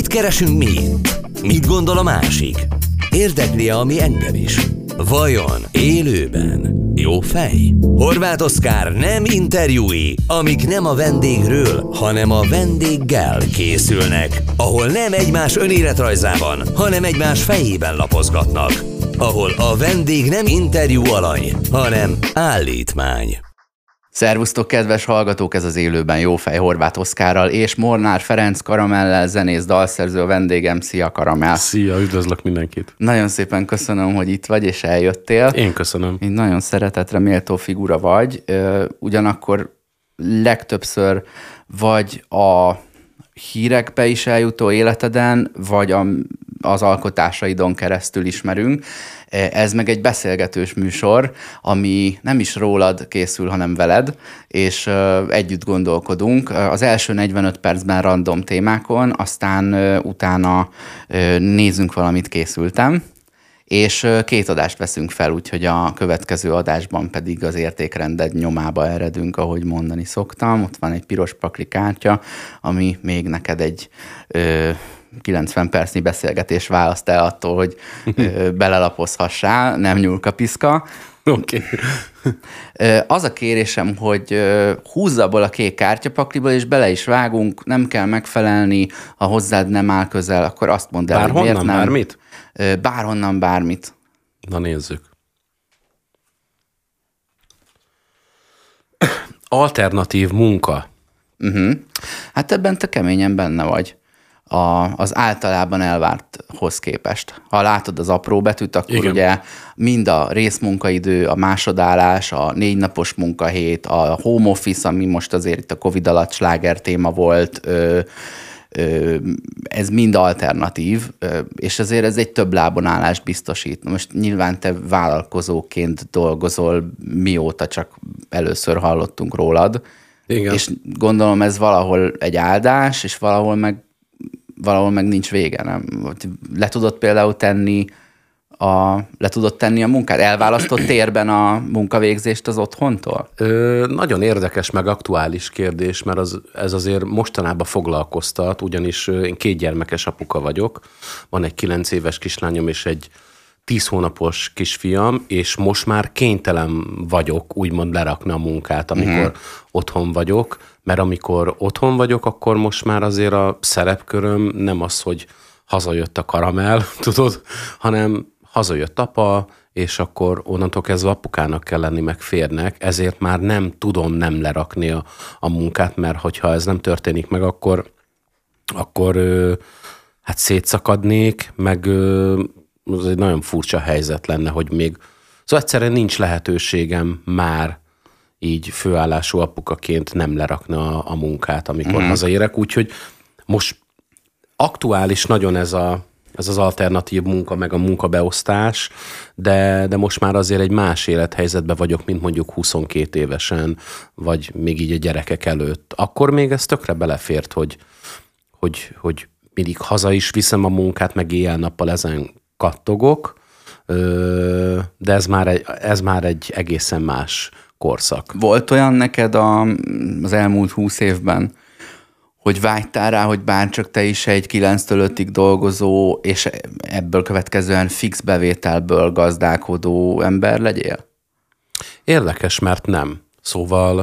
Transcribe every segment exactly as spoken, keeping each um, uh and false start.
keresünk mi itt? Mit gondol a másik? Érdekli-e, ami engem is? Vajon élőben jó fej? Horváth Oszkár nem interjúi, amik nem a vendégről, hanem a vendéggel készülnek, ahol nem egymás önéletrajzában, hanem egymás fejében lapozgatnak, ahol a vendég nem interjú alany, hanem állítmány. Szervusztok, kedves hallgatók! Ez az Élőben Jófej Horváth Oszkárral és Molnár Ferenc Karamellel, zenész, dalszerző, a vendégem. Szia, Karamell! Szia, üdvözlök mindenkit! Nagyon szépen köszönöm, hogy itt vagy és eljöttél. Én köszönöm. Egy nagyon szeretetre méltó figura vagy, ugyanakkor legtöbbször vagy a hírekbe is eljutó életeden, vagy a, az alkotásaidon keresztül ismerünk. Ez meg egy beszélgetős műsor, ami nem is rólad készül, hanem veled, és együtt gondolkodunk. Az első negyvenöt percben random témákon, aztán utána nézzünk valamit, készültem, és két adást veszünk fel, úgyhogy a következő adásban pedig az értékrended nyomába eredünk, ahogy mondani szoktam. Ott van egy piros pakli kártya, ami még neked egy ö, kilencven percnyi beszélgetés választ el attól, hogy ö, belelapozhassál, nem nyúlkapiszka. Oké. Okay. Az a kérésem, hogy húzza abból a kék kártyapakliból, és bele is vágunk, nem kell megfelelni, ha hozzád nem áll közel, akkor azt mondd el, Bárhonnan, hogy miért nem. bármit? Bárhonnan, bármit. Na nézzük. Alternatív munka. Uh-huh. Hát ebben te keményen benne vagy. A, az általában elvárthoz képest. Ha látod az apró betűt, akkor igen, ugye mind a részmunkaidő, a másodállás, a négy napos munkahét, a home office, ami most azért itt a Covid alatt sláger téma volt, ö, ö, ez mind alternatív, ö, és azért ez egy több lábon állást biztosít. Most nyilván te vállalkozóként dolgozol, mióta csak először hallottunk rólad, igen, és gondolom ez valahol egy áldás, és valahol meg valahol meg nincs vége, nem? Le tudod például tenni a, le tudod tenni a munkát? Elválasztott térben a munkavégzést az otthontól? Ö, nagyon érdekes, meg aktuális kérdés, mert az, ez azért mostanában foglalkoztat, ugyanis én két gyermekes apuka vagyok, van egy kilenc éves kislányom és egy tíz hónapos kisfiam, és most már kénytelen vagyok úgymond lerakni a munkát, amikor uh-huh. otthon vagyok, mert amikor otthon vagyok, akkor most már azért a szerepköröm nem az, hogy hazajött a Karamell, tudod, hanem hazajött apa, és akkor onnantól kezdve apukának kell lenni, meg férnek, ezért már nem tudom nem lerakni a, a munkát, mert hogyha ez nem történik meg, akkor, akkor ö, hát szétszakadnék, meg ö, az egy nagyon furcsa helyzet lenne, hogy még, szóval egyszerűen nincs lehetőségem már így főállású apukaként nem lerakni a, a munkát, amikor mm. hazaérek, úgyhogy most aktuális nagyon ez, a, ez az alternatív munka, meg a munkabeosztás, de, de most már azért egy más élethelyzetben vagyok, mint mondjuk huszonkét évesen, vagy még így a gyerekek előtt. Akkor még ez tökre belefért, hogy, hogy, hogy mindig haza is viszem a munkát, meg éjjel-nappal ezen kattogok, de ez már egy, ez már egy egészen más korszak. Volt olyan neked a, az elmúlt húsz évben, hogy vágytál rá, hogy bárcsak te is egy kilenctől ötig dolgozó, és ebből következően fix bevételből gazdálkodó ember legyél? Érdekes, mert nem. Szóval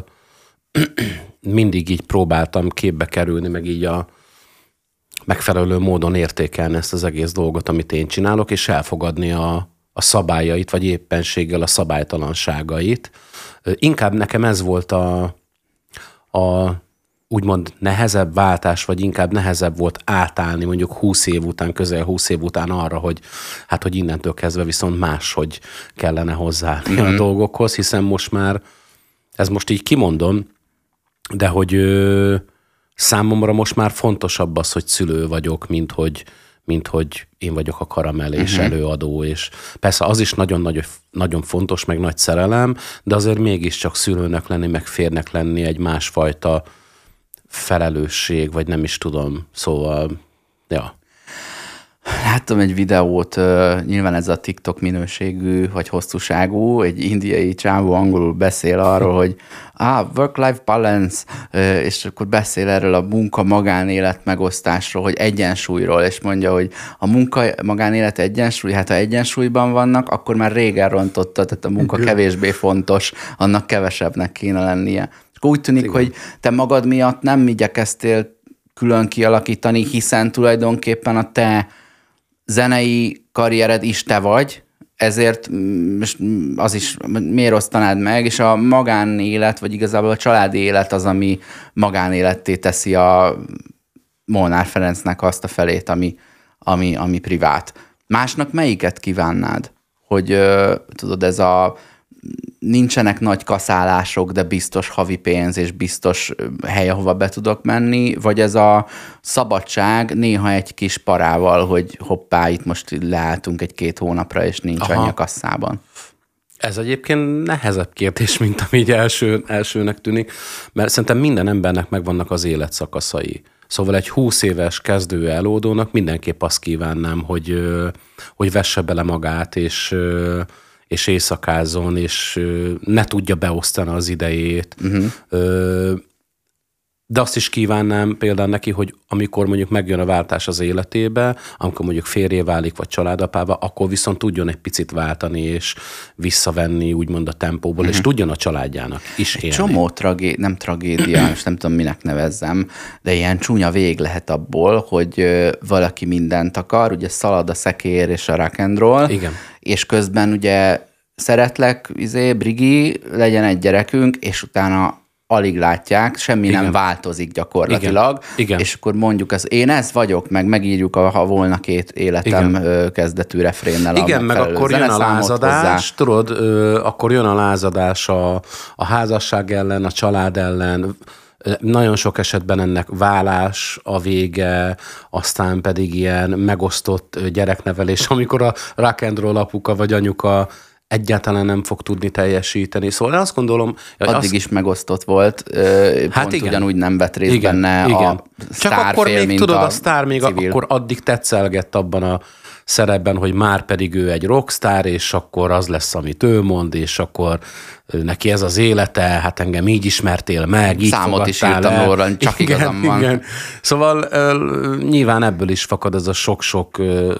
mindig így próbáltam képbe kerülni, meg így a megfelelő módon értékelni ezt az egész dolgot, amit én csinálok, és elfogadni a, a szabályait, vagy éppenséggel a szabálytalanságait. Inkább nekem ez volt a, a úgymond nehezebb váltás, vagy inkább nehezebb volt átállni mondjuk húsz év után, közel húsz év után arra, hogy hát, hogy innentől kezdve viszont máshogy kellene hozzáállni mm-hmm. a dolgokhoz, hiszen most már, ez most így kimondom, de hogy ö, számomra most már fontosabb az, hogy szülő vagyok, mint hogy, mint hogy én vagyok a Karamell és uh-huh. előadó, és persze az is nagyon, nagyon, nagyon fontos, meg nagy szerelem, de azért mégiscsak szülőnek lenni, meg férnek lenni egy másfajta felelősség, vagy nem is tudom, szóval, ja. Láttam egy videót, uh, nyilván ez a TikTok minőségű, vagy hosszúságú, egy indiai csávó angolul beszél arról, hogy ah, work-life balance, uh, és akkor beszél erről a munka-magánélet megosztásról, hogy egyensúlyról, és mondja, hogy a munka-magánélet egyensúly, hát ha egyensúlyban vannak, akkor már régen rontotta, tehát a munka kevésbé fontos, annak kevesebbnek kéne lennie. És úgy tűnik, igen, hogy te magad miatt nem igyekeztél külön kialakítani, hiszen tulajdonképpen a te zenei karriered is te vagy, ezért az is miért osztanád meg, és a magánélet, vagy igazából a családi élet az, ami magánéletté teszi a Molnár Ferencnek azt a felét, ami, ami, ami privát. Másnak melyiket kívánnád? Hogy tudod, ez a nincsenek nagy kaszálások, de biztos havi pénz, és biztos hely, ahova be tudok menni, vagy ez a szabadság néha egy kis parával, hogy hoppá, itt most leálltunk egy-két hónapra, és nincs annyi a kasszában. Ez egyébként nehezebb kérdés, mint ami így első, elsőnek tűnik, mert szerintem minden embernek megvannak az életszakaszai. Szóval egy húsz éves kezdő előadónak mindenképp azt kívánnám, hogy, hogy vesse bele magát, és és éjszakázzon, és ne tudja beosztani az idejét. Uh-huh. De azt is kívánnám például neki, hogy amikor mondjuk megjön a váltás az életébe, amikor mondjuk férjé válik, vagy családapába, akkor viszont tudjon egy picit váltani, és visszavenni úgymond a tempóból, uh-huh. és tudjon a családjának is élni. Csomó tragé- nem tragédia, és nem tudom, minek nevezzem, de ilyen csúnya vég lehet abból, hogy valaki mindent akar, ugye szalad a szekér és a rock and roll, igen, és közben ugye szeretlek, izé, Brigi, legyen egy gyerekünk, és utána alig látják, semmi igen. nem változik gyakorlatilag, igen. Igen. És akkor mondjuk, az, én ez vagyok, meg megírjuk, a, ha volna két életem igen. kezdetű refrénnel. Igen, meg akkor jön a lázadás, hozzá. Tudod, ö, akkor jön a lázadás a, a házasság ellen, a család ellen, nagyon sok esetben ennek válás a vége, aztán pedig ilyen megosztott gyereknevelés, amikor a rock and roll apuka vagy anyuka egyáltalán nem fog tudni teljesíteni. Szóval én azt gondolom... Addig azt... is megosztott volt, hát pont igen. ugyanúgy nem vett részt igen, benne igen. a Csak akkor még mint tudod, a, a sztár még civil. Akkor addig tetszelgett abban a szerepben, hogy már pedig ő egy rockstar, és akkor az lesz, amit ő mond, és akkor neki ez az élete, hát engem így ismertél meg, így számot is írtam róla, csak igen, igazam van. Igen. Szóval nyilván ebből is fakad ez a sok-sok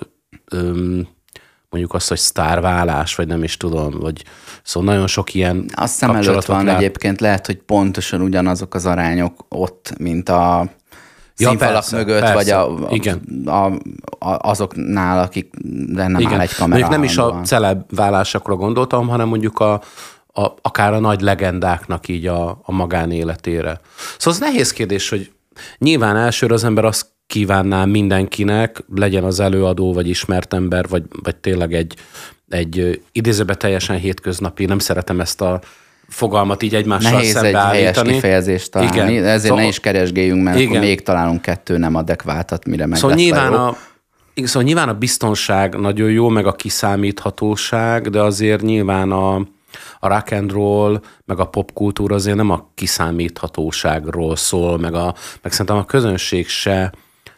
mondjuk azt, hogy sztárválás, vagy nem is tudom, vagy szóval nagyon sok ilyen azt szem előtt van lát... egyébként, lehet, hogy pontosan ugyanazok az arányok ott, mint a ja, színfalak persze, mögött, persze. vagy a, a, a, a, azoknál, akik nem igen. áll egy kamera. Mondjuk nem is a celeb válásokra gondoltam, hanem mondjuk a, a, akár a nagy legendáknak így a, a magánéletére. Szóval az nehéz kérdés, hogy nyilván elsőre az ember azt kívánnám mindenkinek, legyen az előadó, vagy ismert ember, vagy, vagy tényleg egy, egy idézőben teljesen hétköznapi, nem szeretem ezt a fogalmat így egymással nehéz szembeállítani. Nehéz egy helyes kifejezést találni, igen. ezért szóval, ne is keresgéljünk, mert igen. akkor még találunk kettő nem adekvátat, mire meg szóval nyilván a, szóval nyilván a biztonság nagyon jó, meg a kiszámíthatóság, de azért nyilván a A rock and roll, meg a popkultúra azért nem a kiszámíthatóságról szól, meg, a, meg szerintem a közönség se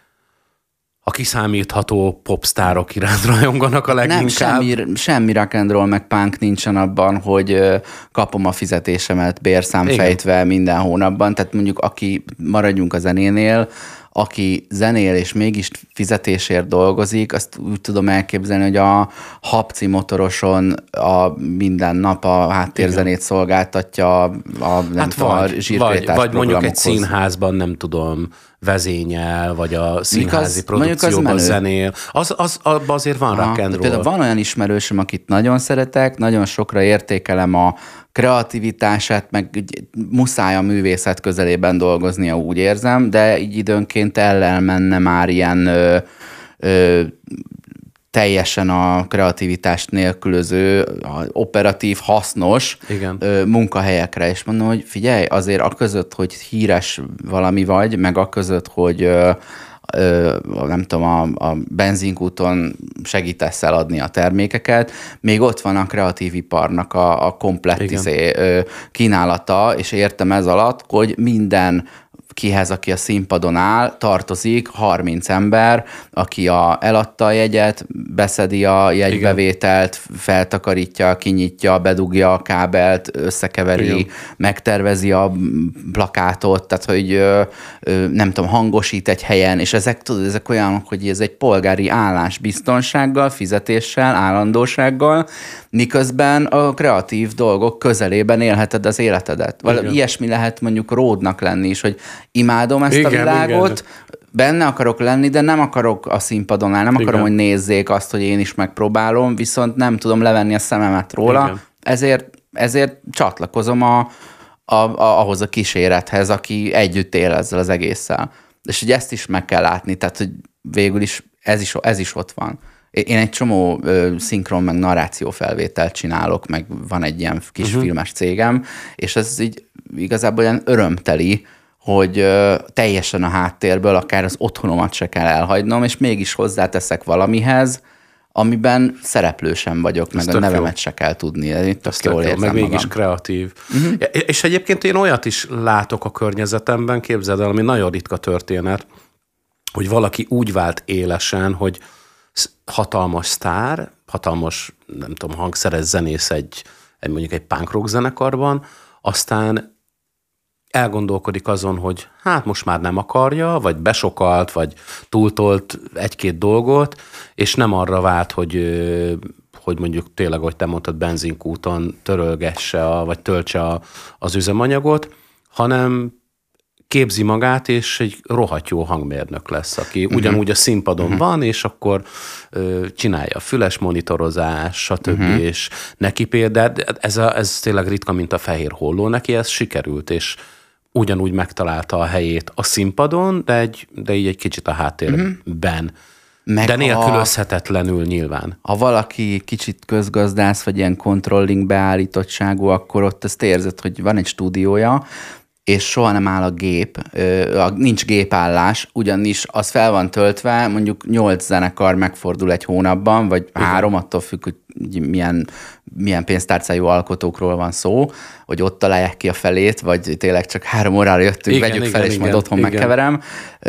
a kiszámítható popstárok iránt rajonganak a leginkább. Nem, semmi, semmi rock and roll, meg punk nincsen abban, hogy kapom a fizetésemet bérszámfejtve igen. minden hónapban. Tehát mondjuk, aki maradjunk a zenénél, aki zenél és mégis fizetésért dolgozik, azt úgy tudom elképzelni, hogy a habci motoroson a minden nap a háttérzenét szolgáltatja a, nem hát tudom, vagy, a zsírkrétás vagy, vagy mondjuk egy színházban, nem tudom, vezényel, vagy a színházi az, produkcióban az zenél. Az, az, abban azért van rock and roll. Például van olyan ismerősöm, akit nagyon szeretek, nagyon sokra értékelem a kreativitását, meg muszáj a művészet közelében dolgoznia, úgy érzem, de így időnként ellen menne már ilyen ö, ö, teljesen a kreativitást nélkülöző, operatív, hasznos igen. ö, munkahelyekre, és mondom, hogy figyelj, azért a között, hogy híres valami vagy, meg a között, hogy ö, Ö, nem tudom, a, a benzinkúton segítesz eladni a termékeket, még ott van a kreatív iparnak a, a komplett izé, ö, kínálata, és értem ez alatt, hogy minden kihez, aki a színpadon áll, tartozik harminc ember, aki a, eladta a jegyet, beszedi a jegybevételt, feltakarítja, kinyitja, bedugja a kábelt, összekeveri, igen, megtervezi a plakátot, tehát hogy ö, ö, nem tudom, hangosít egy helyen, és ezek, tudod, ezek olyanok, hogy ez egy polgári állás biztonsággal, fizetéssel, állandósággal, miközben a kreatív dolgok közelében élheted az életedet. Valami ilyesmi lehet mondjuk Ródnak lenni is, hogy imádom ezt igen, a világot, igen, benne akarok lenni, de nem akarok a színpadon állni, nem igen, akarom, hogy nézzék azt, hogy én is megpróbálom, viszont nem tudom levenni a szememet róla, ezért, ezért csatlakozom a, a, a, ahhoz a kísérethez, aki együtt él ezzel az egésszel. És hogy ezt is meg kell látni, tehát hogy végül is ez is, ez is ott van. Én egy csomó ö, szinkron meg narráció felvételt csinálok, meg van egy ilyen kis uh-huh. filmes cégem, és ez így igazából olyan örömteli, hogy ö, teljesen a háttérből akár az otthonomat se kell elhagynom, és mégis hozzáteszek valamihez, amiben szereplő sem vagyok, ez meg a nevemet jó. se kell tudni. Én tök jól érzem meg magam. Mégis kreatív. Uh-huh. És egyébként én olyat is látok a környezetemben, képzeld el, ami nagyon ritka történet, hogy valaki úgy vált élesen, hogy hatalmas sztár, hatalmas, nem tudom, hangszeres zenész egy, egy mondjuk egy punk rock zenekarban, aztán elgondolkodik azon, hogy hát most már nem akarja, vagy besokalt, vagy túltolt egy-két dolgot, és nem arra vált, hogy, hogy mondjuk tényleg, ahogy te mondtad, benzinkúton törölgesse, a, vagy töltse a, az üzemanyagot, hanem képzi magát, és egy rohadt jó hangmérnök lesz, aki uh-huh. ugyanúgy a színpadon uh-huh. van, és akkor ö, csinálja a füles monitorozás, stb. Uh-huh. És neki például, ez, a, ez tényleg ritka, mint a fehér holló, neki ez sikerült, és ugyanúgy megtalálta a helyét a színpadon, de, egy, de így egy kicsit a háttérben. Uh-huh. De nélkülözhetetlenül nyilván. Ha valaki kicsit közgazdász, vagy ilyen controlling beállítottságú, akkor ott ezt érzed, hogy van egy stúdiója, és soha nem áll a gép, nincs gépállás, ugyanis az fel van töltve, mondjuk nyolc zenekar megfordul egy hónapban, vagy igen. három, attól függ, hogy milyen, milyen pénztárcájú alkotókról van szó, hogy ott találják ki a felét, vagy tényleg csak három órára jöttünk, igen, vegyük igen, fel, igen, és majd igen, otthon igen. megkeverem,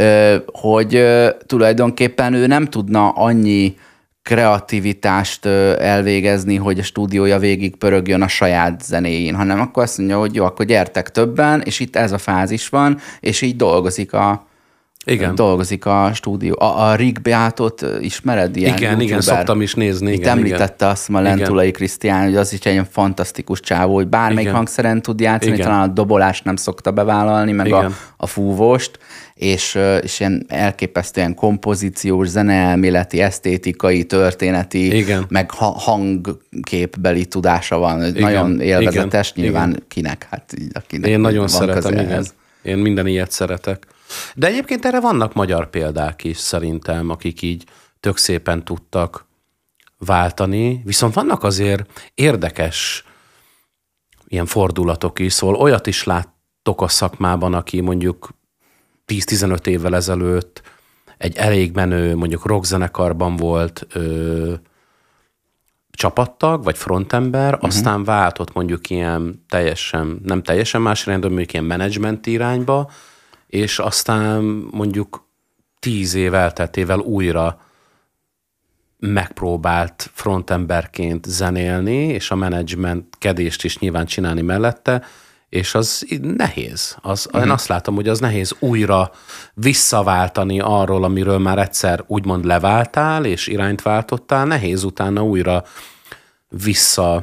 hogy tulajdonképpen ő nem tudna annyi kreativitást elvégezni, hogy a stúdiója végig pörögjön a saját zenéjén, hanem akkor azt mondja, hogy jó, akkor gyertek többen, és itt ez a fázis van, és így dolgozik a, igen. dolgozik a stúdió. A, a Rick Beatot ismered? Ilyen igen, YouTuber? Igen, szoktam is nézni. Itt igen, említette igen. azt a Lentulai Krisztián, hogy az is egy fantasztikus csávó, hogy bármelyik igen. hangszeren tud játszani, igen. talán a dobolást nem szokta bevállalni, meg a, a fúvóst, és, és ilyen elképesztően kompozíciós, zeneelméleti, esztétikai, történeti, igen. meg ha- hangképbeli tudása van. Igen. Nagyon élvezetes, igen. nyilván igen. kinek? Hát, akinek én nagyon szeretem, igen. Én minden ilyet szeretek. De egyébként erre vannak magyar példák is szerintem, akik így tök szépen tudtak váltani, viszont vannak azért érdekes ilyen fordulatok is, szóval olyat is láttok a szakmában, aki mondjuk tíz-tizenöt évvel ezelőtt egy elég menő, mondjuk rockzenekarban volt ö, csapattag, vagy frontember, uh-huh. aztán váltott mondjuk ilyen teljesen, nem teljesen más irányba, mondjuk ilyen menedzsment irányba, és aztán mondjuk tíz év elteltével újra megpróbált frontemberként zenélni, és a menedzsmentkedést is nyilván csinálni mellette, és az nehéz. Az, uh-huh. Én azt látom, hogy az nehéz újra visszaváltani arról, amiről már egyszer úgymond leváltál, és irányt váltottál, nehéz utána újra vissza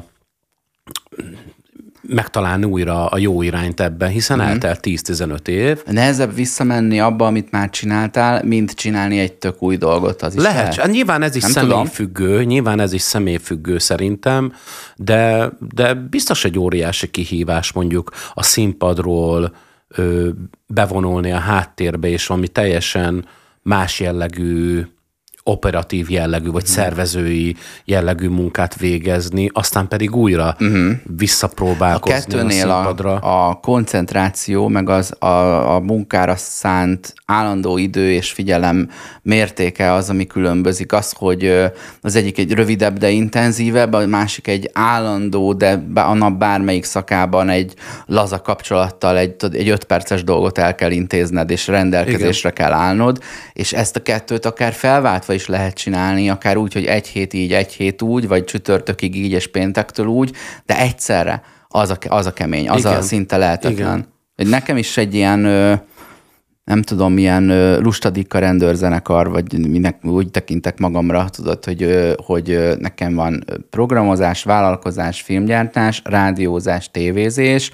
megtalálni újra a jó irányt ebben, hiszen mm-hmm. eltelt tíz-tizenöt év. Nehezebb visszamenni abba, amit már csináltál, mint csinálni egy tök új dolgot, az is lehet. lehet. Nyilván ez is Nem személyfüggő, tudom. nyilván ez is személyfüggő szerintem, de, de biztos egy óriási kihívás mondjuk a színpadról ö, bevonulni a háttérbe, és valami teljesen más jellegű operatív jellegű, vagy szervezői jellegű munkát végezni, aztán pedig újra uh-huh. visszapróbálkozni a kettőnél a színpadra. A, a koncentráció, meg az a, a munkára szánt állandó idő és figyelem mértéke az, ami különbözik. Az, hogy az egyik egy rövidebb, de intenzívebb, a másik egy állandó, de a nap bármelyik szakában egy laza kapcsolattal egy, egy öt perces dolgot el kell intézned, és rendelkezésre Igen. kell állnod, és ezt a kettőt akár felváltva is lehet csinálni, akár úgy, hogy egy hét így, egy hét úgy, vagy csütörtökig így, és péntektől úgy, de egyszerre az a, az a kemény, az Igen. a szinte lehetetlen. Igen. Nekem is egy ilyen, nem tudom, ilyen lustadika rendőrzenekar, vagy minek úgy tekintek magamra, tudod, hogy, hogy nekem van programozás, vállalkozás, filmgyártás, rádiózás, tévézés,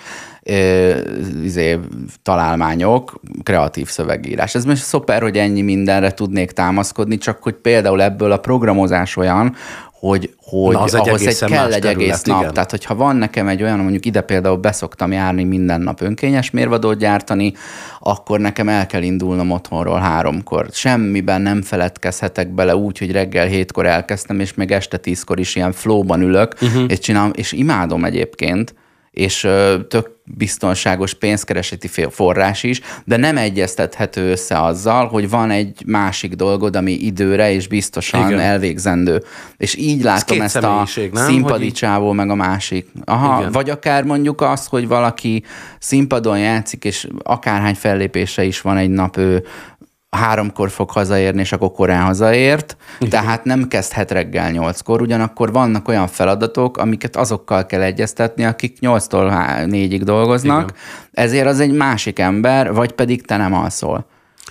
izé, találmányok, kreatív szövegírás. Ez most szuper, hogy ennyi mindenre tudnék támaszkodni, csak hogy például ebből a programozás olyan, hogy, hogy Na, az ahhoz egy, egy kell egy terület, egész nap. igen. Tehát, hogyha van nekem egy olyan, mondjuk ide például beszoktam járni minden nap önkényes mérvadót gyártani, akkor nekem el kell indulnom otthonról háromkor. Semmiben nem feledkezhetek bele úgy, hogy reggel hétkor elkezdtem, és még este tízkor is ilyen flowban ülök, uh-huh. és csinálom, és imádom egyébként, és ö, tök biztonságos pénzkereseti forrás is, de nem egyeztethető össze azzal, hogy van egy másik dolgod, ami időre és biztosan Igen. elvégzendő. És így látom ezt a színpadi így... csávó meg a másik. Aha, Igen. vagy akár mondjuk az, hogy valaki színpadon játszik, és akárhány fellépése is van egy nap, ő háromkor fog hazaérni, és akkor korán hazaért, Igen. tehát nem kezdhet reggel nyolckor, ugyanakkor vannak olyan feladatok, amiket azokkal kell egyeztetni, akik nyolctól négyig dolgoznak, Igen. ezért az egy másik ember, vagy pedig te nem alszol.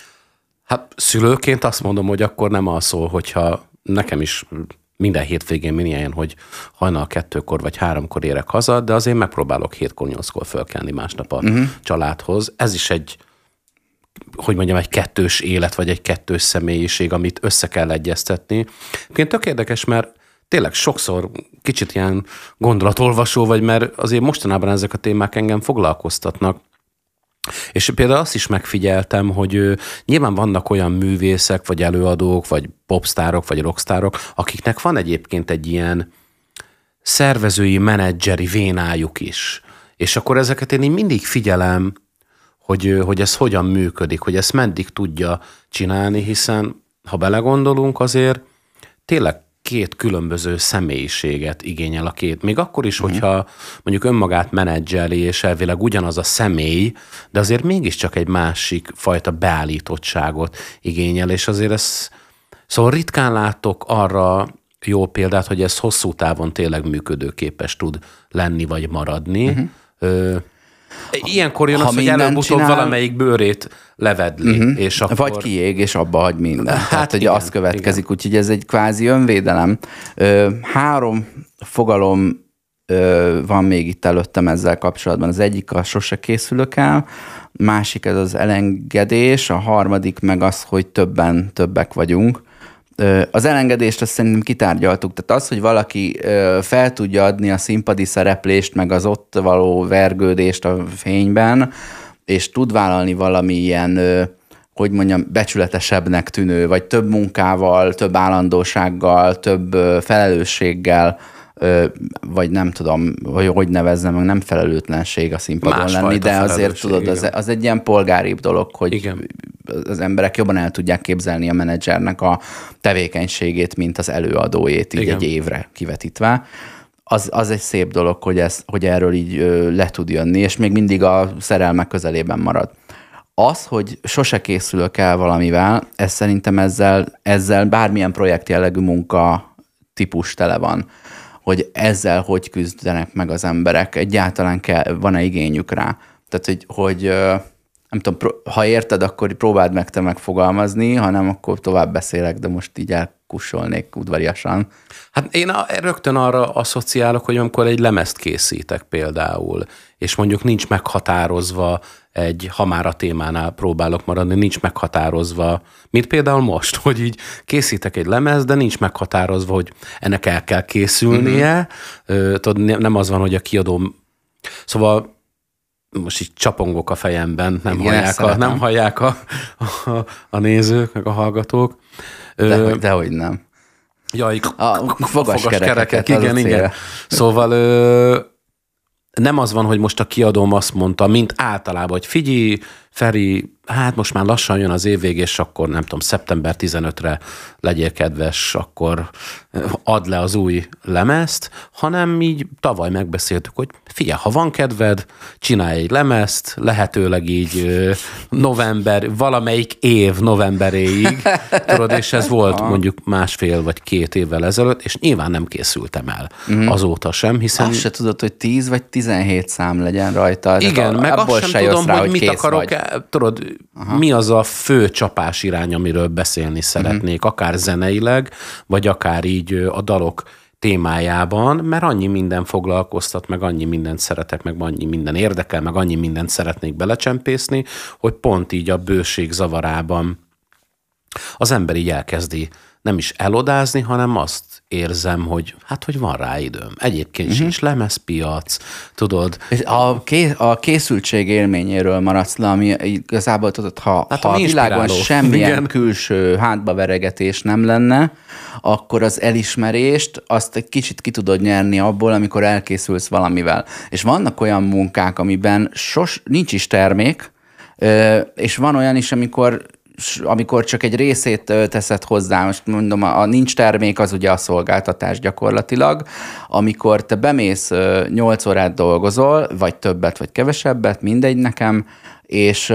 Hát szülőként azt mondom, hogy akkor nem alszol, hogyha nekem is minden hétvégén minilyen, hogy hajnal kettőkor vagy háromkor érek haza, de azért megpróbálok hétkor, nyolckor fölkelni másnap a uh-huh. családhoz. Ez is egy hogy mondjam, egy kettős élet, vagy egy kettős személyiség, amit össze kell egyeztetni. Én tök érdekes, mert tényleg sokszor kicsit ilyen gondolatolvasó vagy, mert azért mostanában ezek a témák engem foglalkoztatnak. És például azt is megfigyeltem, hogy nyilván vannak olyan művészek, vagy előadók, vagy popstárok, vagy rockstárok, akiknek van egyébként egy ilyen szervezői, menedzseri vénájuk is. És akkor ezeket én így mindig figyelem, Hogy, hogy ez hogyan működik, hogy ezt meddig tudja csinálni, hiszen ha belegondolunk, azért tényleg két különböző személyiséget igényel a két. Még akkor is, hogyha mondjuk önmagát menedzseli, és elvileg ugyanaz a személy, de azért mégiscsak egy másik fajta beállítottságot igényel, és azért ez, szóval ritkán látok arra jó példát, hogy ez hosszú távon tényleg működőképes tud lenni, vagy maradni. Uh-huh. Ö, Ilyenkor jön ha az, hogy előbb-utóbb csinál... valamelyik bőrét levedli, uh-huh. és akkor... Vagy kiég, és abba hagy minden. Hát Tehát, hogy igen, az következik, igen. úgyhogy ez egy kvázi önvédelem. Három fogalom van még itt előttem ezzel kapcsolatban. Az egyik a sose készülök el, másik ez az elengedés, a harmadik meg az, hogy többen többek vagyunk. Az elengedést azt szerintem kitárgyaltuk. Tehát az, hogy valaki fel tudja adni a színpadi szereplést, meg az ott való vergődést a fényben, és tud vállalni valami ilyen, hogy mondjam, becsületesebbnek tűnő, vagy több munkával, több állandósággal, több felelősséggel, vagy nem tudom, hogy hogy nevezzem, meg nem felelőtlenség a színpadon Más lenni, de azért tudod, az, az egy ilyen polgáribb dolog, hogy igen. az emberek jobban el tudják képzelni a menedzsernek a tevékenységét, mint az előadójét így igen. egy évre kivetítve. Az, az egy szép dolog, hogy, ez, hogy erről így le tud jönni, és még mindig a szerelmek közelében marad. Az, hogy sose készülök el valamivel, ez szerintem ezzel, ezzel bármilyen projektjellegű munka típus tele van, hogy ezzel hogy küzdenek meg az emberek, egyáltalán kell, van-e igényük rá. Tehát, hogy, hogy nem tudom, ha érted, akkor próbáld meg te megfogalmazni, ha nem, akkor tovább beszélek, de most így elkussolnék udvariasan. Hát én a, rögtön arra asszociálok, hogy amikor egy lemezt készítek például, és mondjuk nincs meghatározva egy, ha már a témánál próbálok maradni, nincs meghatározva, mint például most, hogy így készítek egy lemez, de nincs meghatározva, hogy ennek el kell készülnie. Mm-hmm. Tudod, nem az van, hogy a kiadó... Szóval most így csapongok a fejemben, nem, Igen, hallják, a, nem hallják a, a, a nézők, meg a hallgatók. Dehogy, dehogy nem. Jaj, a fogaskerekeket, igen, igen. Szóval ö, nem az van, hogy most a kiadóm azt mondta, mint általában, hogy figyelj, Feri, hát most már lassan jön az évvég, és akkor nem tudom, szeptember tizenötödikére legyél kedves, akkor add le az új lemezt, hanem így tavaly megbeszéltük, hogy figyelj, ha van kedved, csinálj egy lemezt, lehetőleg így november, valamelyik év novemberéig, tudod, és ez volt mondjuk másfél vagy két évvel ezelőtt, és nyilván nem készültem el uh-huh. azóta sem, hiszen... Azt se tudod, hogy tíz vagy tizenhét szám legyen rajta. Igen, meg azt sem tudom, rá, hogy, hogy mit akarok, vagy. Tudod, aha. mi az a fő csapás irány, amiről beszélni szeretnék, uh-huh. akár zeneileg, vagy akár így a dalok témájában, mert annyi minden foglalkoztat, meg annyi mindent szeretek, meg annyi minden érdekel, meg annyi mindent szeretnék belecsempészni, hogy pont így a bőség zavarában az ember így elkezdi nem is elodázni, hanem azt érzem, hogy hát, hogy van rá időm. Egyébként uh-huh. sincs lemezpiac, tudod. És a, ké, a készültség élményéről maradsz le, ami igazából tudod, ha, hát ha a világon semmilyen igen. külső hátbaveregetés nem lenne, akkor az elismerést azt egy kicsit ki tudod nyerni abból, amikor elkészülsz valamivel. És vannak olyan munkák, amiben sos, nincs is termék, és van olyan is, amikor amikor csak egy részét teszed hozzá, most mondom, a nincs termék, az ugye a szolgáltatás gyakorlatilag, amikor te bemész nyolc órát dolgozol, vagy többet, vagy kevesebbet, mindegy nekem, és,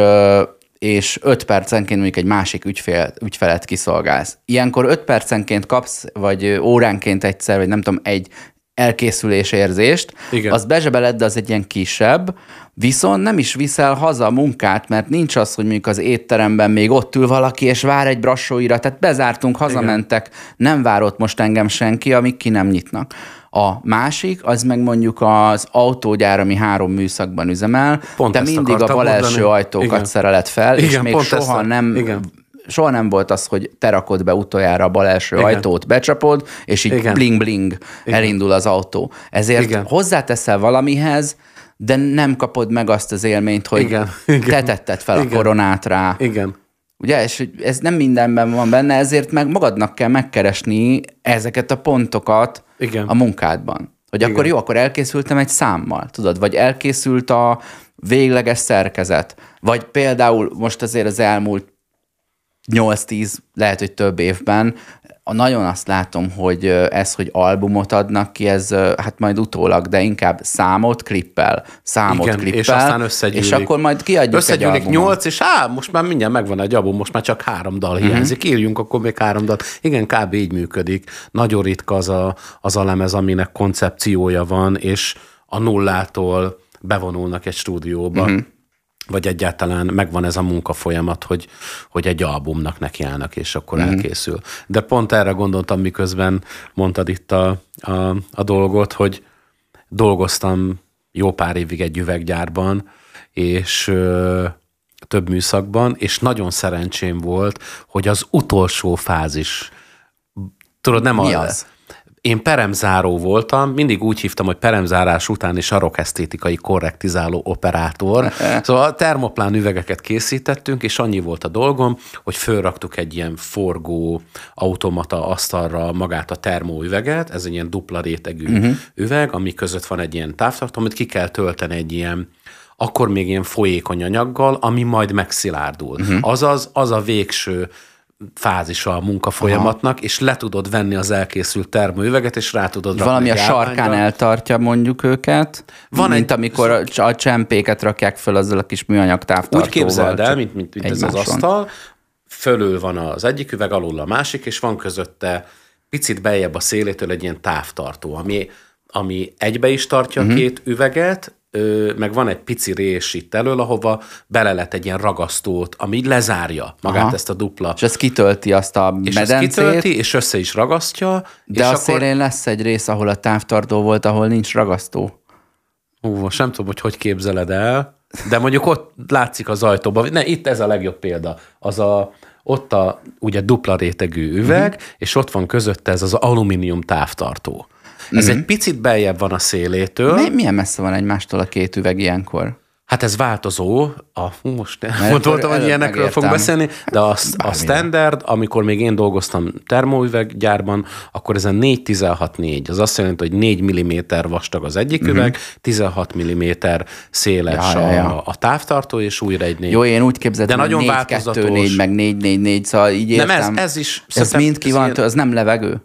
és öt percenként mondjuk egy másik ügyfél, ügyfelet kiszolgálsz. Ilyenkor öt percenként kapsz, vagy óránként egyszer, vagy nem tudom, egy elkészülés érzést, igen. az bezsebeled, de az egy ilyen kisebb, viszont nem is viszel haza a munkát, mert nincs az, hogy mondjuk az étteremben még ott ül valaki, és vár egy brassóira, tehát bezártunk, hazamentek, igen. nem várott most engem senki, amíg ki nem nyitnak. A másik, az meg mondjuk az autógyár, ami három műszakban üzemel, pont te mindig a bal első ajtókat igen. szereled fel, igen, és még soha nem... Igen. Soha nem volt az, hogy te rakod be utoljára a bal első igen. ajtót, becsapod, és így igen. bling-bling igen. elindul az autó. Ezért igen. hozzáteszel valamihez, de nem kapod meg azt az élményt, hogy igen. te tetted fel igen. a koronát rá. Igen. Ugye, és ez nem mindenben van benne, ezért meg magadnak kell megkeresni ezeket a pontokat igen. a munkádban. Hogy igen. akkor jó, akkor elkészültem egy számmal, tudod, vagy elkészült a végleges szerkezet, vagy például most azért az elmúlt nyolc-tíz, lehet, hogy több évben, nagyon azt látom, hogy ez, hogy albumot adnak ki, ez hát majd utólag, de inkább számot klippel, számot igen, klippel, és aztán összegyűlik. És akkor majd kiadjuk összegyűlik egy albumot. nyolc, és á, most már mindjárt megvan egy album, most már csak három dal hiányzik, uh-huh. írjunk akkor még három dal. Igen, kb. Így működik. Nagyon ritka az a, az a lemez, aminek koncepciója van, és a nullától bevonulnak egy stúdióba. Uh-huh. Vagy egyáltalán megvan ez a munkafolyamat, hogy, hogy egy albumnak nekiállnak, és akkor mm-hmm. elkészül. De pont erre gondoltam, miközben mondtad itt a, a, a dolgot, hogy dolgoztam jó pár évig egy üveggyárban, és ö, több műszakban, és nagyon szerencsém volt, hogy az utolsó fázis, tudod, nem Mi a, az? Én peremzáró voltam, mindig úgy hívtam, hogy peremzárás utáni sarokesztétikai korrektizáló operátor. Szóval a termoplán üvegeket készítettünk, és annyi volt a dolgom, hogy fölraktuk egy ilyen forgó automata asztalra magát a termóüveget, ez egy ilyen dupla rétegű uh-huh. üveg, ami között van egy ilyen távtartó, amit ki kell tölteni egy ilyen, akkor még ilyen folyékony anyaggal, ami majd megszilárdul. Uh-huh. Azaz, az a végső fázisa a munkafolyamatnak, aha. és le tudod venni az elkészült termóüveget, és rá tudod rakni. Valami a sarkán eltartja mondjuk őket, van mint egy, amikor a, a csempéket rakják föl azzal a kis műanyag távtartóval. Úgy képzeld el, mint, mint, mint ez az asztal, fölül van az egyik üveg, alul a másik, és van közötte picit beljebb a szélétől egy ilyen távtartó, ami, ami egybe is tartja uh-huh. a két üveget, meg van egy pici rés itt elől, ahova bele lett egy ilyen ragasztót, ami lezárja magát aha. ezt a dupla. És ez kitölti azt a és medencét. És kitölti, és össze is ragasztja. De és a akkor... szélén lesz egy rész, ahol a távtartó volt, ahol nincs ragasztó. Hú, most nem tudom, hogy hogy képzeled el, de mondjuk ott látszik az ajtóban. Ne, itt ez a legjobb példa. Az a, ott a ugye dupla rétegű üveg, uh-huh. és ott van közötte ez az alumínium távtartó. Ez mm-hmm. egy picit beljebb van a szélétől. Milyen messze van egymástól a két üveg ilyenkor? Hát ez változó, a, most gondoltam, hogy ilyenekről megértem. Fogunk beszélni, de a, a standard, amikor még én dolgoztam termóüveggyárban, akkor ez a négy tizenhat négy. Az azt jelenti, hogy négy milliméter vastag az egyik uh-huh. üveg, tizenhat milliméter széles ja, ja, ja. A, a távtartó, és újra egy négy. Jó, én úgy képzeltem, hogy négy kettő négy, meg négy négy négy, szóval így értem. Nem, ez, ez is... Ez mind ki van, az nem levegő?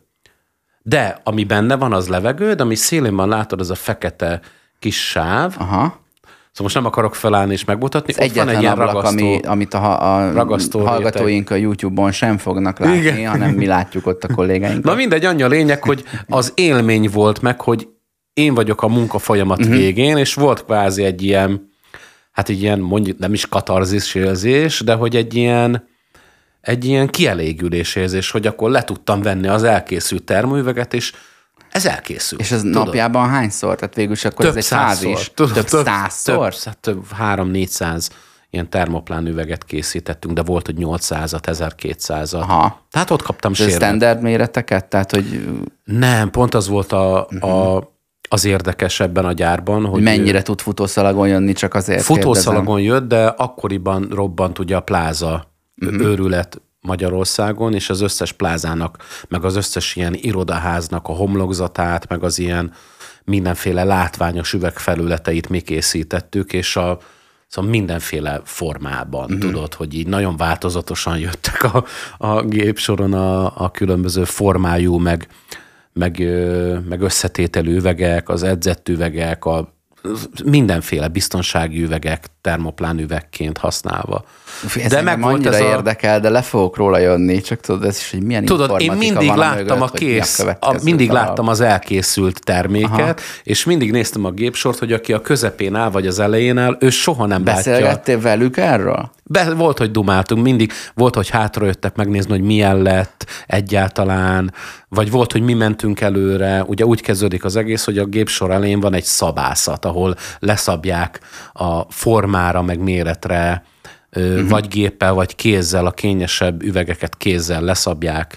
De, ami benne van, az levegő, de ami szélén van, látod, az a fekete kis sáv. Aha. Szóval most nem akarok felállni és megmutatni. Ez ott van egy ilyen ablak, ragasztó, ami, amit a, a hallgatóink réteg. A YouTube-on sem fognak látni, igen. hanem mi látjuk ott a kollégáinkat. Na mindegy, annyi a lényeg, hogy az élmény volt meg, hogy én vagyok a munkafolyamat uh-huh. végén, és volt kvázi egy ilyen, hát egy ilyen, mondjuk nem is katarzis érzés, de hogy egy ilyen, egy ilyen kielégülés érzés, hogy akkor le tudtam venni az elkészült termóüveget, és ez elkészült. És ez tudod? Napjában hányszor? Tehát végül is akkor több ez egy fázis. Több, több több százszor? Több, több három-négyszáz ilyen termoplán üveget készítettünk, de volt, hogy nyolcszázat, ezerkétszázat. Aha. Tehát ott kaptam sérvet. Ez standard méreteket? Tehát, hogy... Nem, pont az volt a, uh-huh. a, az érdekes ebben a gyárban, hogy... Mennyire ő... tud futószalagon jönni, csak azért Futószalagon kérdezem. Jött, de akkoriban robbant ugye a pláza uh-huh. őrület Magyarországon, és az összes plázának, meg az összes ilyen irodaháznak a homlokzatát, meg az ilyen mindenféle látványos üvegfelületeit mi készítettük, és a, szóval mindenféle formában, uh-huh. tudod, hogy így nagyon változatosan jöttek a, a gépsoron a, a különböző formájú, meg, meg, meg összetételű üvegek, az edzett üvegek, a mindenféle biztonsági üvegek termoplán üvegként használva. Ez de meg volt ez a... érdekel, de le fogok róla jönni, csak tudod, ez is, hogy milyen tudod, informatika én mindig van láttam mögött, a kész, a a, mindig talál. láttam az elkészült terméket, aha. és mindig néztem a gépsort, hogy aki a közepén áll, vagy az elején áll, ő soha nem látja. Beszélgettél velük erről? Be, volt, hogy dumáltunk, mindig volt, hogy hátrajöttek megnézni, hogy milyen lett egyáltalán, vagy volt, hogy mi mentünk előre. Ugye úgy kezdődik az egész, hogy a gépsor elején van egy szabászat, ahol leszabják a formára, meg méretre, uh-huh. vagy géppel, vagy kézzel, a kényesebb üvegeket kézzel leszabják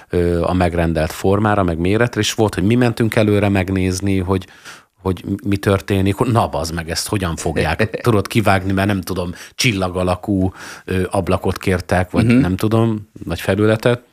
a megrendelt formára, meg méretre, és volt, hogy mi mentünk előre megnézni, hogy hogy mi történik, na bazd meg, ezt hogyan fogják, tudod kivágni, mert nem tudom, csillag alakú ablakot kértek, vagy uh-huh. nem tudom, nagy felületet,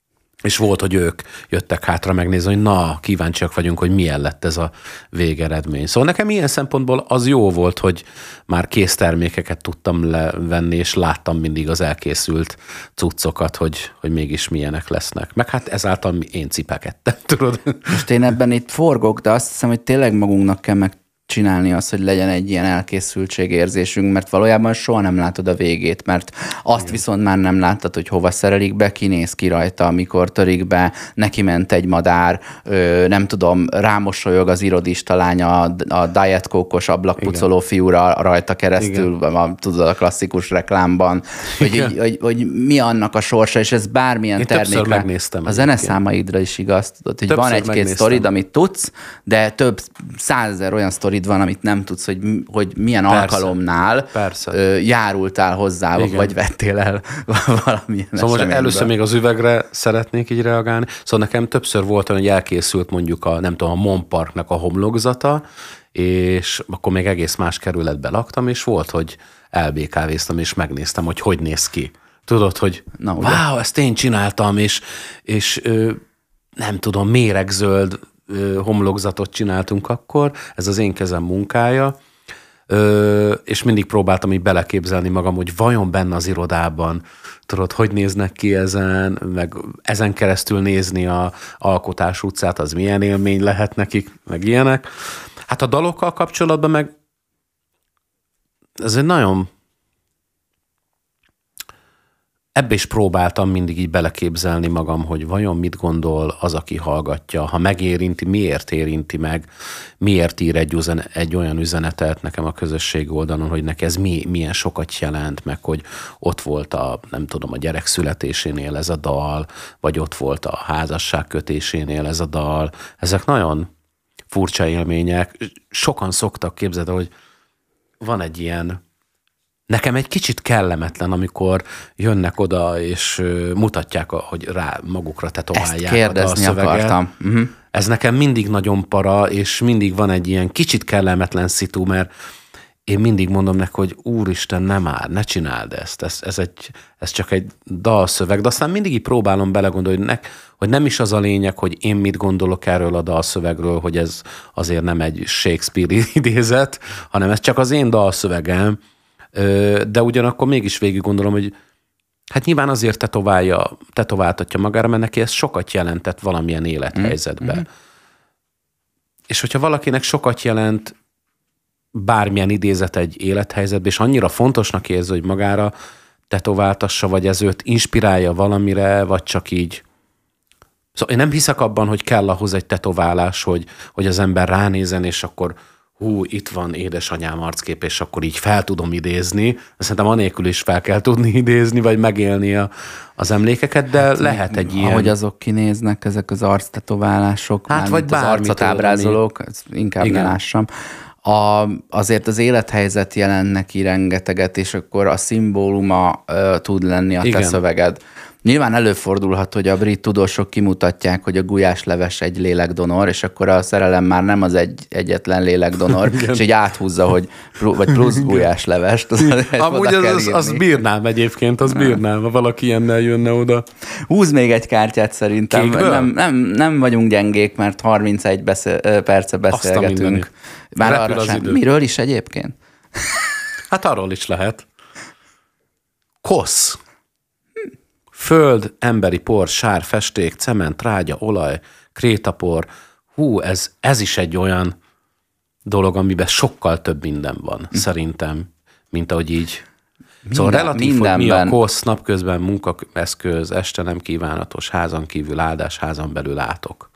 és volt, hogy ők jöttek hátra megnézni, hogy na, kíváncsiak vagyunk, hogy milyen lett ez a végeredmény. Szóval nekem ilyen szempontból az jó volt, hogy már kész termékeket tudtam levenni, és láttam mindig az elkészült cuccokat, hogy, hogy mégis milyenek lesznek. Meg hát ezáltal én cipekedtem, tudod? Most én ebben itt forgok, de azt hiszem, hogy tényleg magunknak kell meg csinálni azt, hogy legyen egy ilyen elkészültségérzésünk, mert valójában soha nem látod a végét, mert azt igen. viszont már nem láttad, hogy hova szerelik be, kinéz ki rajta, amikor törik be, neki ment egy madár, ö, nem tudom, rámosolyog az irodista lánya a, a Diet Coke-os ablakpucoló igen. fiúra rajta keresztül, a, tudod, a klasszikus reklámban, hogy, így, hogy, hogy mi annak a sorsa, és ez bármilyen én termékre. Megnéztem. A zeneszámaidra is igaz, tudod, hogy többször van egy-két sztorid, amit tudsz, de több százezer olyan sztori van, amit nem tudsz, hogy, hogy milyen persze, alkalomnál persze. Ö, járultál hozzá, igen. vagy vettél el valamilyen Szóval most először még az üvegre szeretnék így reagálni. Szóval nekem többször volt olyan, hogy elkészült mondjuk a, nem tudom, a Mon Parknak a homlokzata, és akkor még egész más kerületbe laktam, és volt, hogy elbékávéztam, és megnéztem, hogy hogy néz ki. Tudod, hogy na, wow, ezt én csináltam, és, és ö, nem tudom, méregzöld homlokzatot csináltunk akkor, ez az én kezem munkája, Ö, és mindig próbáltam így beleképzelni magam, hogy vajon benne az irodában, tudod, hogy néznek ki ezen, meg ezen keresztül nézni a Alkotás utcát, az milyen élmény lehet nekik, meg ilyenek. Hát a dalokkal kapcsolatban meg ez egy nagyon ebbe is próbáltam mindig így beleképzelni magam, hogy vajon mit gondol az, aki hallgatja, ha megérinti, miért érinti meg, miért ír egy, üzen, egy olyan üzenetet nekem a közösség oldalon, hogy neki ez mi, milyen sokat jelent, meg hogy ott volt a, nem tudom, a gyerek születésénél ez a dal, vagy ott volt a házasság kötésénél ez a dal. Ezek nagyon furcsa élmények. Sokan szoktak képzelni, hogy van egy ilyen nekem egy kicsit kellemetlen, amikor jönnek oda, és mutatják, hogy rá magukra tetoválják a dalszöveget. Akartam. Uh-huh. Ez nekem mindig nagyon para, és mindig van egy ilyen kicsit kellemetlen szitu, mert én mindig mondom neki, hogy úristen, nem már, ne csináld ezt, ez, ez, egy, ez csak egy dalszöveg, de aztán mindig így próbálom belegondolni, hogy, ne, hogy nem is az a lényeg, hogy én mit gondolok erről a dalszövegről, hogy ez azért nem egy Shakespeare idézet, hanem ez csak az én dalszövegem, de ugyanakkor mégis végig gondolom, hogy hát nyilván azért tetoválja, tetováltatja magára, mert neki ez sokat jelentett valamilyen élethelyzetben. Mm. És hogyha valakinek sokat jelent bármilyen idézet egy élethelyzetben, és annyira fontosnak érzi, hogy magára tetováltassa, vagy ez őt inspirálja valamire, vagy csak így. Szóval én nem hiszek abban, hogy kell ahhoz egy tetoválás, hogy, hogy az ember ránézen, és akkor hú, itt van édesanyám arckép, és akkor így fel tudom idézni. Szerintem anélkül is fel kell tudni idézni, vagy megélni a, az emlékeket, de hát, lehet egy ilyen... Ahogy azok kinéznek, ezek az arctetoválások, hát vagy az arcot ábrázolók, inkább igen. ne lássam. A, azért az élethelyzet jelent neki rengeteget, és akkor a szimbóluma ö, tud lenni a te igen. szöveged. Nyilván előfordulhat, hogy a brit tudósok kimutatják, hogy a gulyásleves egy lélekdonor, és akkor a szerelem már nem az egy egyetlen lélekdonor, és így áthúzza, hogy pl- vagy plusz gulyáslevest. Az, amúgy az, az, az bírnám egyébként, az bírnám, ha valaki ilyennel jönne oda. Húz még egy kártyát szerintem. Nem, nem, nem vagyunk gyengék, mert harmincegy beszél, perce beszélgetünk. Már arra sem. Idő. Miről is egyébként? Hát arról is lehet. Kosz. Föld, emberi por, sár, festék, cement, trágya, olaj, krétapor. Hú, ez, ez is egy olyan dolog, amiben sokkal több minden van, hm. szerintem, mint ahogy így. Minden, szóval relatív, mindenben. Hogy mi a kosz, napközben munkaeszköz, este nem kívánatos, házan kívül áldás, házan belül átok.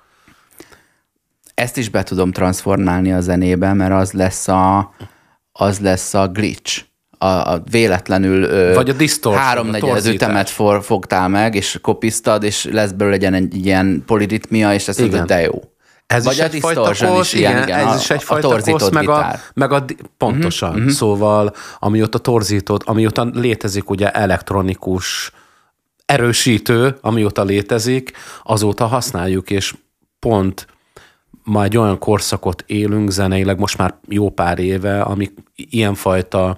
Ezt is be tudom transformálni a zenébe, mert az lesz a, az lesz a glitch. A, a véletlenül vagy a distortion, háromnegyed ütemet for, fogtál meg, és kopisztad, és lesz belőle egy ilyen poliritmia, és ezt mondod, de jó. Ez vagy is egyfajta kosz, igen, igen, igen, ez a, is egyfajta kosz, meg a, meg a, pontosan, uh-huh, szóval amióta torzított, amióta létezik ugye elektronikus erősítő, amióta létezik, azóta használjuk, és pont ma egy olyan korszakot élünk zeneileg, most már jó pár éve, amik ilyenfajta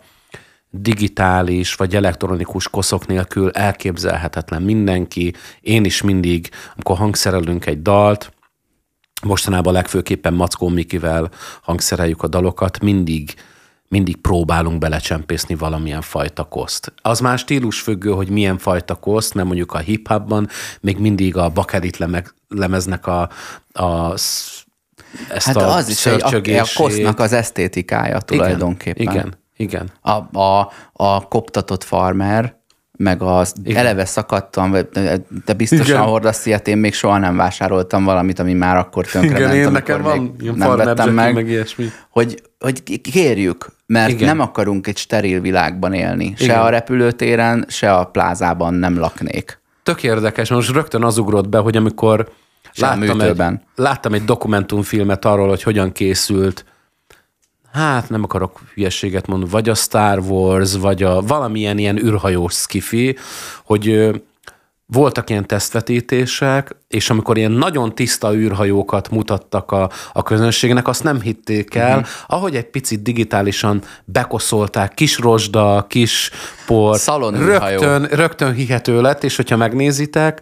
digitális vagy elektronikus koszok nélkül elképzelhetetlen. Mindenki, én is mindig, amikor hangszerelünk egy dalt, mostanában legfőképpen Mackó Mikivel hangszereljük a dalokat, mindig, mindig próbálunk belecsempészni valamilyen fajta koszt. Az már stílusfüggő, hogy milyen fajta koszt, mert mondjuk a hip-hopban még mindig a bakelit lemeznek a, a ezt hát a az is egy, a, a kosznak az esztétikája tulajdonképpen. Igen, igen. Igen. A, a, a koptatott farmer, meg az igen. eleve szakadtam, de biztosan igen. hordasz ilyet, én még soha nem vásároltam valamit, ami már akkor tönkrement, igen, nekem van nem vettem meg, meg ilyesmi. Hogy, hogy kérjük, mert igen. nem akarunk egy steril világban élni. Igen. Se a repülőtéren, se a plázában nem laknék. Tök érdekes, most rögtön az ugrott be, hogy amikor láttam egy, láttam egy dokumentumfilmet arról, hogy hogyan készült, hát nem akarok hülyeséget mondani, vagy a Star Wars, vagy a valamilyen ilyen űrhajós skifi, hogy ö, voltak ilyen tesztvetítések, és amikor ilyen nagyon tiszta űrhajókat mutattak a, a közönségnek, azt nem hitték el, uh-huh. ahogy egy picit digitálisan bekoszolták, kis rozsda, kis por, rögtön, rögtön hihető lett, és hogyha megnézitek,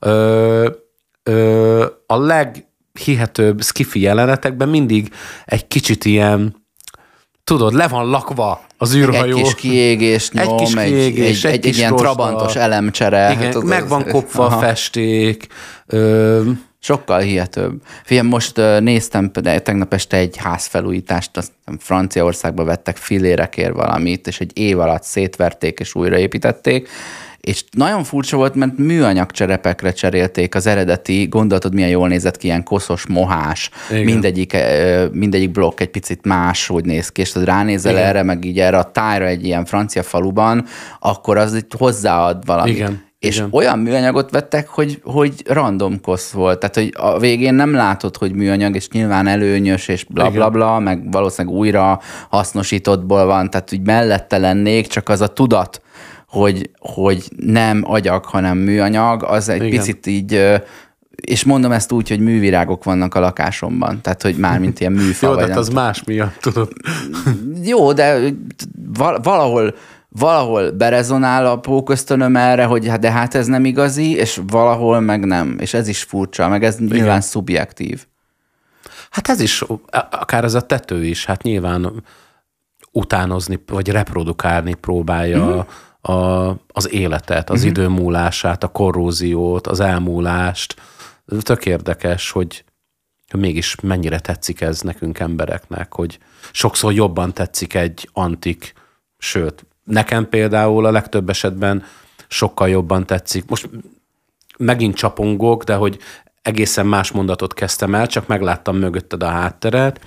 ö, ö, a leghihetőbb skifi jelenetekben mindig egy kicsit ilyen, tudod, le van lakva az űrhajó. Egy kis kiégés nyom, egy, kis kiégés, egy, egy, egy, egy ilyen rozsda, trabantos elemcsere. Igen, hát meg van kopva a festék. Ö... Sokkal hihetőbb. Figyelj, most uh, néztem tegnap este egy házfelújítást, azt Franciaországba vettek fillérekért valamit, és egy év alatt szétverték és újraépítették, és nagyon furcsa volt, mert műanyag cserepekre cserélték az eredeti, gondoltad, milyen jól nézett ki, ilyen koszos, mohás, mindegyik, mindegyik blokk egy picit más, úgy néz ki, és tudod, ránézel igen. erre, meg így erre a tájra egy ilyen francia faluban, akkor az itt hozzáad valamit. Igen. És igen. olyan műanyagot vettek, hogy, hogy random kosz volt. Tehát, hogy a végén nem látod, hogy műanyag, és nyilván előnyös, és blablabla, bla, bla, meg valószínűleg újra hasznosítottból van, tehát úgy mellette lennék, csak az a tudat, hogy, hogy nem agyak, hanem műanyag, az egy igen. picit így és mondom ezt úgy, hogy művirágok vannak a lakásomban, tehát hogy már mint ilyen műfa. Jó, vagy de az más miatt, tudod. Jó, de valahol, valahol berezonál a póköztönöm erre, hogy hát de hát ez nem igazi, és valahol meg nem. És ez is furcsa, meg ez nyilván Igen. szubjektív. Hát ez is, akár ez a tető is, hát nyilván utánozni, vagy reprodukálni próbálja mm-hmm. a, az életet, az mm-hmm. idő múlását, a korróziót, az elmúlást. Tök érdekes, hogy, hogy mégis mennyire tetszik ez nekünk embereknek, hogy sokszor jobban tetszik egy antik, sőt, nekem például a legtöbb esetben sokkal jobban tetszik. Most megint csapongok, de hogy egészen más mondatot kezdtem el, csak megláttam mögötted a hátteret,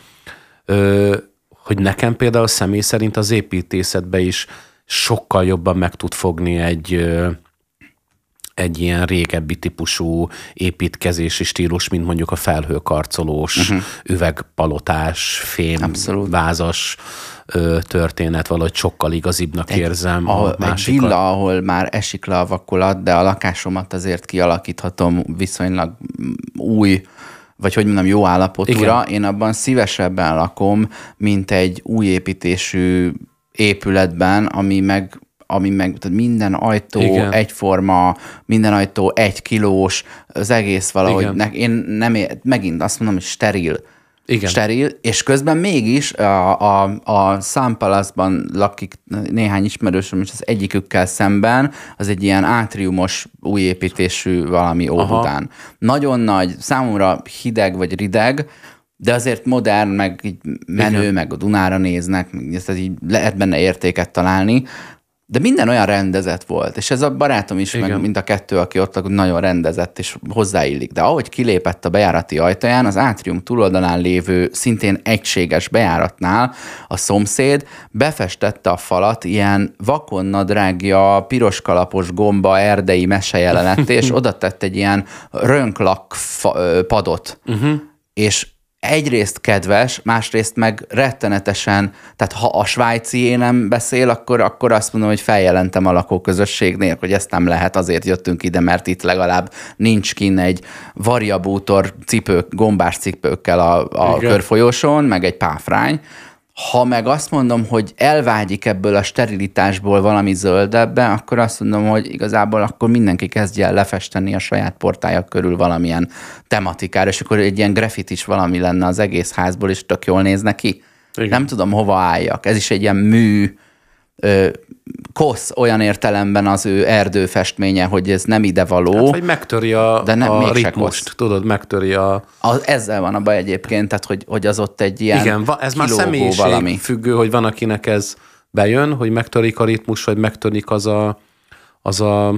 hogy nekem például személy szerint az építészetben is sokkal jobban meg tud fogni egy, egy ilyen régebbi típusú építkezési stílus, mint mondjuk a felhőkarcolós, uh-huh. üvegpalotás, fém, Abszolút. vázas történet, valahogy sokkal igazibbnak egy, érzem. Ahol, a egy villa, ahol már esik le a vakolat, de a lakásomat azért kialakíthatom viszonylag új, vagy hogy mondjam, jó állapotúra. Én abban szívesebben lakom, mint egy új építésű épületben, ami meg ami meg tehát minden ajtó Igen. egyforma, minden ajtó egy kilós, az egész valahogy, ne, én nem, megint azt mondom, hogy steril. Igen. Steril, és közben mégis a, a, a Sun Palace-ban lakik néhány ismerősöm, és az egyikükkel szemben, az egy ilyen átriumos, újépítésű valami Óbudán. Nagyon nagy, számomra hideg vagy rideg, de azért modern, meg így menő, Igen. meg a Dunára néznek, ezt így lehet benne értéket találni, de minden olyan rendezett volt, és ez a barátom is, Igen. meg mind a kettő, aki ott nagyon rendezett, és hozzáillik. De ahogy kilépett a bejárati ajtaján, az átrium túloldalán lévő, szintén egységes bejáratnál a szomszéd befestette a falat ilyen vakonnadrágja, piros kalapos gomba, erdei mesejelenetté, és oda tett egy ilyen rönklak padot. Uh-huh. És egyrészt kedves, másrészt meg rettenetesen, tehát ha a svájcié nem beszél, akkor, akkor azt mondom, hogy feljelentem a lakóközösségnél, hogy ezt nem lehet, azért jöttünk ide, mert itt legalább nincs kinn egy variabútor cipők, gombás cipőkkel a, a körfolyóson, meg egy páfrány. Ha meg azt mondom, hogy elvágyik ebből a sterilitásból valami zöldebbe, akkor azt mondom, hogy igazából akkor mindenki kezdje el lefesteni a saját portája körül valamilyen tematikára, és akkor egy ilyen graffitis valami lenne az egész házból, és tök jól nézne ki. Igen. Nem tudom, hova álljak. Ez is egy ilyen mű, ö, kosz olyan értelemben az ő erdőfestménye, hogy ez nem idevaló. Hát, vagy megtöri a, de nem, a ritmust, kosz. Tudod, megtöri a... a... Ezzel van a baj egyébként, tehát hogy, hogy az ott egy ilyen Igen, ez már személyiség valami. Függő, hogy van, akinek ez bejön, hogy megtörik a ritmus, vagy megtörik az a, az a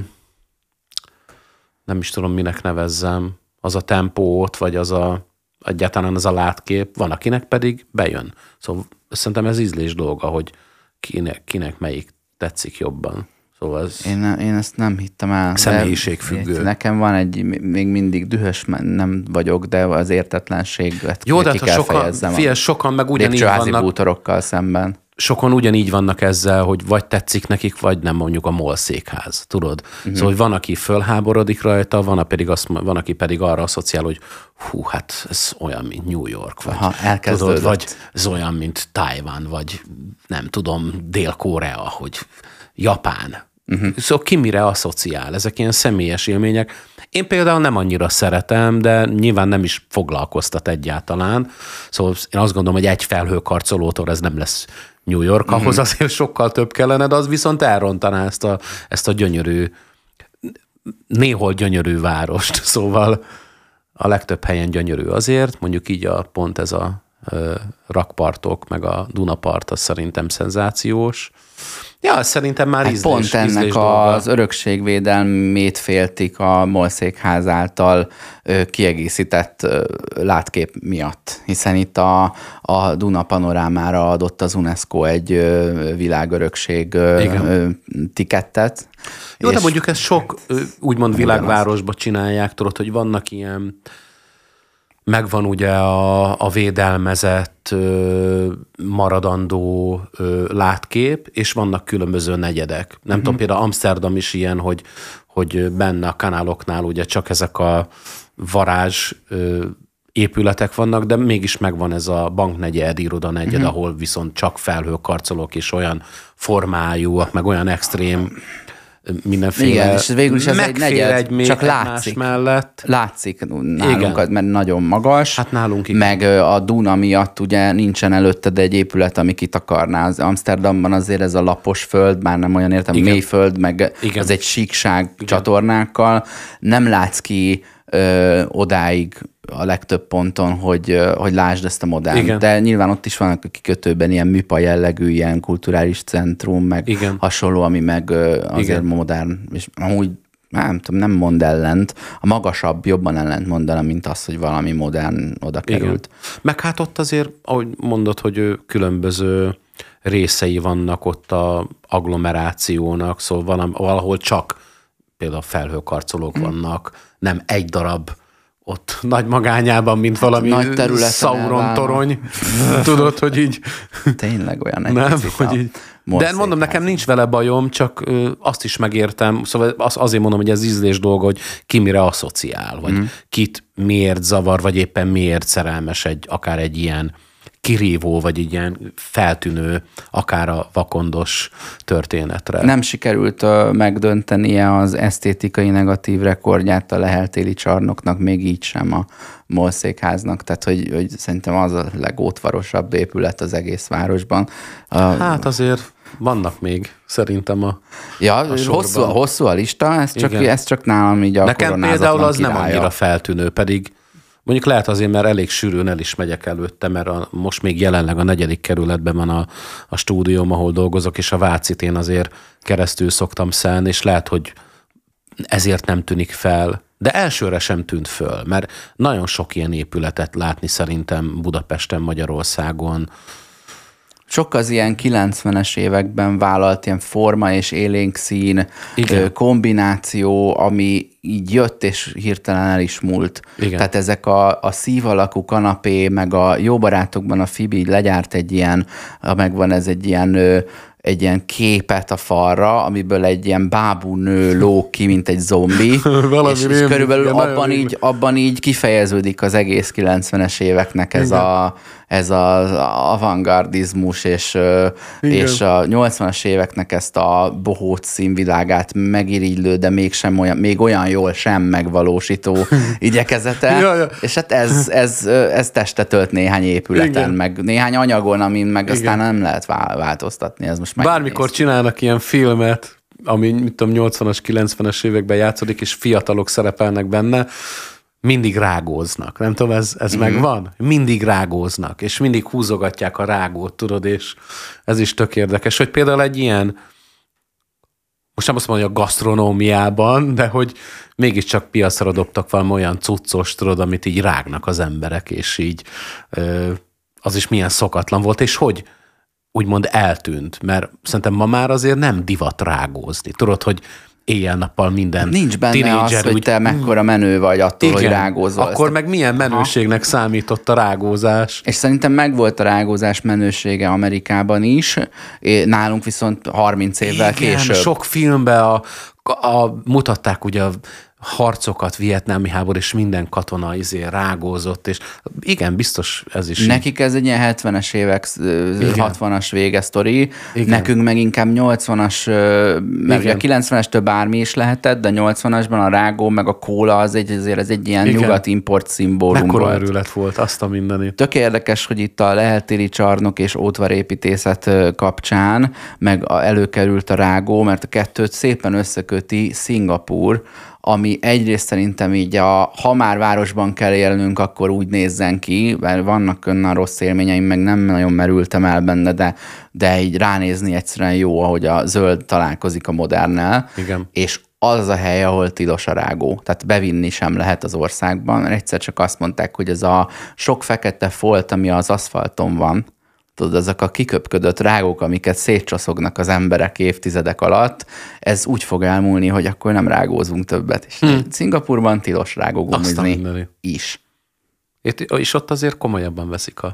nem is tudom, minek nevezzem, az a tempót, vagy az a egyáltalán az a látkép, van, akinek pedig bejön. Szóval szerintem ez ízlés dolga, hogy kinek, kinek melyik tetszik jobban. Szóval ez én, én ezt nem hittem el. Személyiségfüggő. Nekem van egy, még mindig dühös, nem vagyok, de az értetlenséget Jó, de ki hát kell sokan, fejezzem. Figyelj, sokan meg ugyanígy vannak. Bútorokkal szemben. Sokan ugyanígy vannak ezzel, hogy vagy tetszik nekik, vagy nem, mondjuk a MOL székház, tudod? Uh-huh. Szóval, hogy van, aki fölháborodik rajta, van, a pedig azt, van, aki pedig arra asszociál, hogy hú, hát ez olyan, mint New York, vagy, Aha, tudod, vagy ez olyan, mint Tajvan, vagy nem tudom, Dél-Korea, hogy Japán. Uh-huh. Szóval ki mire asszociál? Ezek ilyen személyes élmények. Én például nem annyira szeretem, de nyilván nem is foglalkoztat egyáltalán. Szóval én azt gondolom, hogy egy felhőkarcolótól ez nem lesz New York, ahhoz uh-huh. azért sokkal több kellene, de az viszont elrontaná ezt a, ezt a gyönyörű, néhol gyönyörű várost. Szóval a legtöbb helyen gyönyörű azért, mondjuk így a pont ez a ö, rakpartok, meg a Dunapart, az szerintem szenzációs. Ja, szerintem már hát ízlés, pont ennek ízlés az örökségvédelmét féltik a MOL székház által ö, kiegészített ö, látkép miatt, hiszen itt a, a Duna panorámára adott az UNESCO egy ö, világörökség ö, ö, tikettet. Jó, de mondjuk ezt sok ö, úgymond világvárosba csinálják, tudod, hogy vannak ilyen, megvan ugye a, a védelmezett ö, maradandó ö, látkép, és vannak különböző negyedek. Nem uh-huh. tudom, például Amsterdam is ilyen, hogy, hogy benne a kanáloknál ugye csak ezek a varázs ö, épületek vannak, de mégis megvan ez a banknegyed, irodanegyed, uh-huh. ahol viszont csak felhőkarcolók és olyan formájúak, meg olyan extrém mindenféle. Igen, és végül is ez egy negyed, egy csak látszik. Mellett. Látszik nálunk, igen. mert nagyon magas. Hát nálunk igen. Meg a Duna miatt ugye nincsen előtted egy épület, ami kitakarná. Az Amsterdamban azért ez a lapos föld, már nem olyan értem, mély föld, meg igen. az egy síkság igen. csatornákkal. Nem látsz ki ö, odáig a legtöbb ponton, hogy, hogy lásd ezt a modern. Igen. De nyilván ott is vannak a kikötőben ilyen műpa jellegű, ilyen kulturális centrum, meg igen. hasonló, ami meg azért igen. modern, és amúgy nem tudom, nem mond ellent. A magasabb jobban ellent mondana, mint az, hogy valami modern oda került. Igen. Meg hát ott azért, ahogy mondod, hogy különböző részei vannak ott a agglomerációnak, szóval valahol csak például felhőkarcolók hmm. vannak, nem egy darab ott nagy magányában, mint valami nagy Sauron torony. Tudod, hogy így... Tényleg olyan egy nem, hogy így... De mondom, nekem nincs vele bajom, csak ö, azt is megértem, szóval az, azért mondom, hogy ez ízlés dolga, hogy ki mire asszociál, vagy mm. kit miért zavar, vagy éppen miért szerelmes egy, akár egy ilyen kirívó, vagy egy ilyen feltűnő, akár a vakondos történetre. Nem sikerült uh, megdöntenie az esztétikai negatív rekordját a Lehel-téli csarnoknak, még így sem a Molszékháznak, tehát hogy, hogy szerintem az a legótvarosabb épület az egész városban. Uh, hát azért vannak még szerintem a Ja, a hosszú, hosszú a lista, ez csak, ez csak nálam így a nekem például az királya. Nem annyira feltűnő, pedig mondjuk lehet azért, mert elég sűrűn el is megyek előtte, mert a, most még jelenleg a negyedik kerületben van a, a stúdióm, ahol dolgozok, és a Vácit én azért keresztül szoktam szelni, és lehet, hogy ezért nem tűnik fel, de elsőre sem tűnt föl, mert nagyon sok ilyen épületet látni szerintem Budapesten, Magyarországon. Sok az ilyen kilencvenes években vállalt ilyen forma és élénk szín igen. kombináció, ami így jött és hirtelen el is múlt. Igen. Tehát ezek a, a szív alakú kanapé, meg a Jó barátokban a Fibi legyárt egy ilyen, megvan ez egy ilyen egy ilyen képet a falra, amiből egy ilyen bábú nő lóg ki, mint egy zombi, és, és körülbelül abban így, abban így kifejeződik az egész kilencvenes éveknek ez igen. a ez az avantgardizmus, és, és a nyolcvanas éveknek ezt a bohóc színvilágát megirigylő, de mégsem olyan, még olyan jól sem megvalósító igyekezete. ja, ja. És hát ez, ez, ez testet ölt néhány épületen, igen. meg néhány anyagon, amin meg igen. aztán nem lehet változtatni. Ez most bármikor csinálnak ilyen filmet, ami mit tudom, nyolcvanas, kilencvenes években játszódik, és fiatalok szerepelnek benne, mindig rágóznak. Nem tudom, ez, ez mm-hmm. megvan? Mindig rágóznak, és mindig húzogatják a rágót, tudod, és ez is tök érdekes, hogy például egy ilyen, most nem azt mondom, hogy a gasztronómiában, de hogy mégiscsak piacra dobtak valami olyan cuccos, tudod, amit így rágnak az emberek, és így az is milyen szokatlan volt, és hogy úgymond eltűnt, mert szerintem ma már azért nem divat rágózni. Tudod, hogy éjjel-nappal minden nincs benne az, úgy, hogy te mekkora menő vagy attól, igen, hogy rágózol. Akkor meg milyen menőségnek aha. számított a rágózás. És szerintem megvolt a rágózás menősége Amerikában is, nálunk viszont harminc évvel igen, később. Sok filmben a, a, mutatták ugye a harcokat, vietnámi háború, és minden katona izé rágózott, és igen, biztos ez is. Nekik ez egy ilyen hetvenes évek, igen. hatvanas vége sztori, igen. nekünk meg inkább nyolcvanas, mert igen. a kilencvenestől bármi is lehetett, de nyolcvanasban a rágó, meg a kóla, az egy, azért ez egy ilyen nyugat import szimbólum mekkora volt. Mekkora erőlet volt, azt a mindenit. Tök érdekes, hogy itt a Lehel-téli csarnok és ótvarépítészet kapcsán meg a, előkerült a rágó, mert a kettőt szépen összeköti Szingapúr, ami egyrészt szerintem így, a, ha már városban kell élnünk, akkor úgy nézzen ki, mert vannak onnan rossz élményeim, meg nem nagyon merültem el benne, de, de így ránézni egyszerűen jó, ahogy a zöld találkozik a modernnel, igen. és az a hely, ahol tilos a rágó. Tehát bevinni sem lehet az országban, mert egyszer csak azt mondták, hogy ez a sok fekete folt, ami az aszfalton van, tudod, ezek a kiköpködött rágók, amiket szétcsaszognak az emberek évtizedek alatt, ez úgy fog elmúlni, hogy akkor nem rágózunk többet. És hmm. Szingapurban tilos rágógumizni is. És ott azért komolyabban veszik a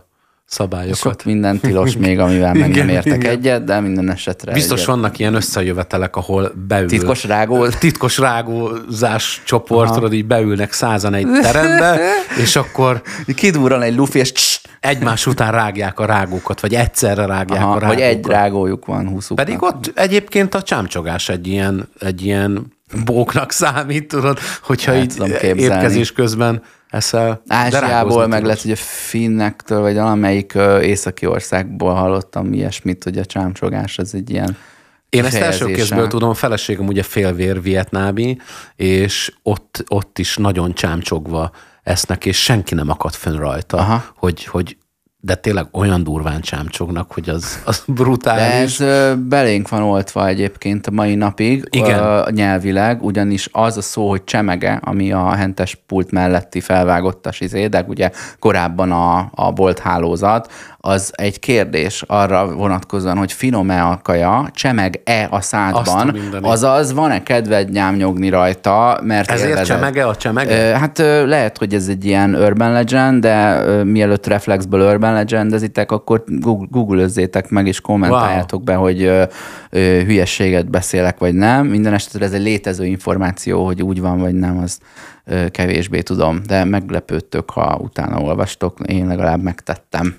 szabályokat. Sok minden tilos még, amivel meg Igen, nem értek igen. egyet, de minden esetre Biztos egyet. vannak ilyen összejövetelek, ahol beül... Titkos rágó? Titkos rágózás csoport, tudod, így beülnek százan egy terembe, és akkor Kidúran egy lufi, és css, egymás után rágják a rágókat, vagy egyszerre rágják aha, a rágókat. vagy egy rágójuk van húszuknak. Pedig ott egyébként a csámcsogás egy ilyen, egy ilyen bóknak számít, tudod, hogyha El így tudom képzelni. érkezés közben eszel. de Ázsiából rágózni meg tudod. lehet, hogy a finnektől, vagy valamelyik ö, északi országból hallottam ilyesmit, hogy a csámcsogás az egy ilyen Én ezt első kifejezése. kézből tudom, a feleségem ugye félvér vietnámi, és ott, ott is nagyon csámcsogva esznek, és senki nem akad fönn rajta, Aha. hogy, hogy de tényleg olyan durván csámcsognak, hogy az, az De brutális. ez ö, belénk van oltva egyébként a mai napig, Igen. ö, nyelvileg, ugyanis az a szó, hogy csemege, ami a hentes pult melletti felvágottas izé, de ugye korábban a, a bolthálózat, az egy kérdés arra vonatkozóan, hogy finom-e a kaja, csemeg-e a Azt a szádban, mindenit. azaz van-e kedved nyámnyogni rajta, mert Ezért élvezed. csemege a csemege? Ö, Hát ö, lehet, hogy ez egy ilyen urban legend, de ö, mielőtt reflexből urban legendezitek, akkor Google- google-özzétek meg, és kommentáljátok be, hogy ö, ö, hülyességet beszélek, vagy nem. Minden esetre ez egy létező információ, hogy úgy van, vagy nem, az ö, kevésbé tudom. De meglepődtök, ha utána olvastok. Én legalább megtettem.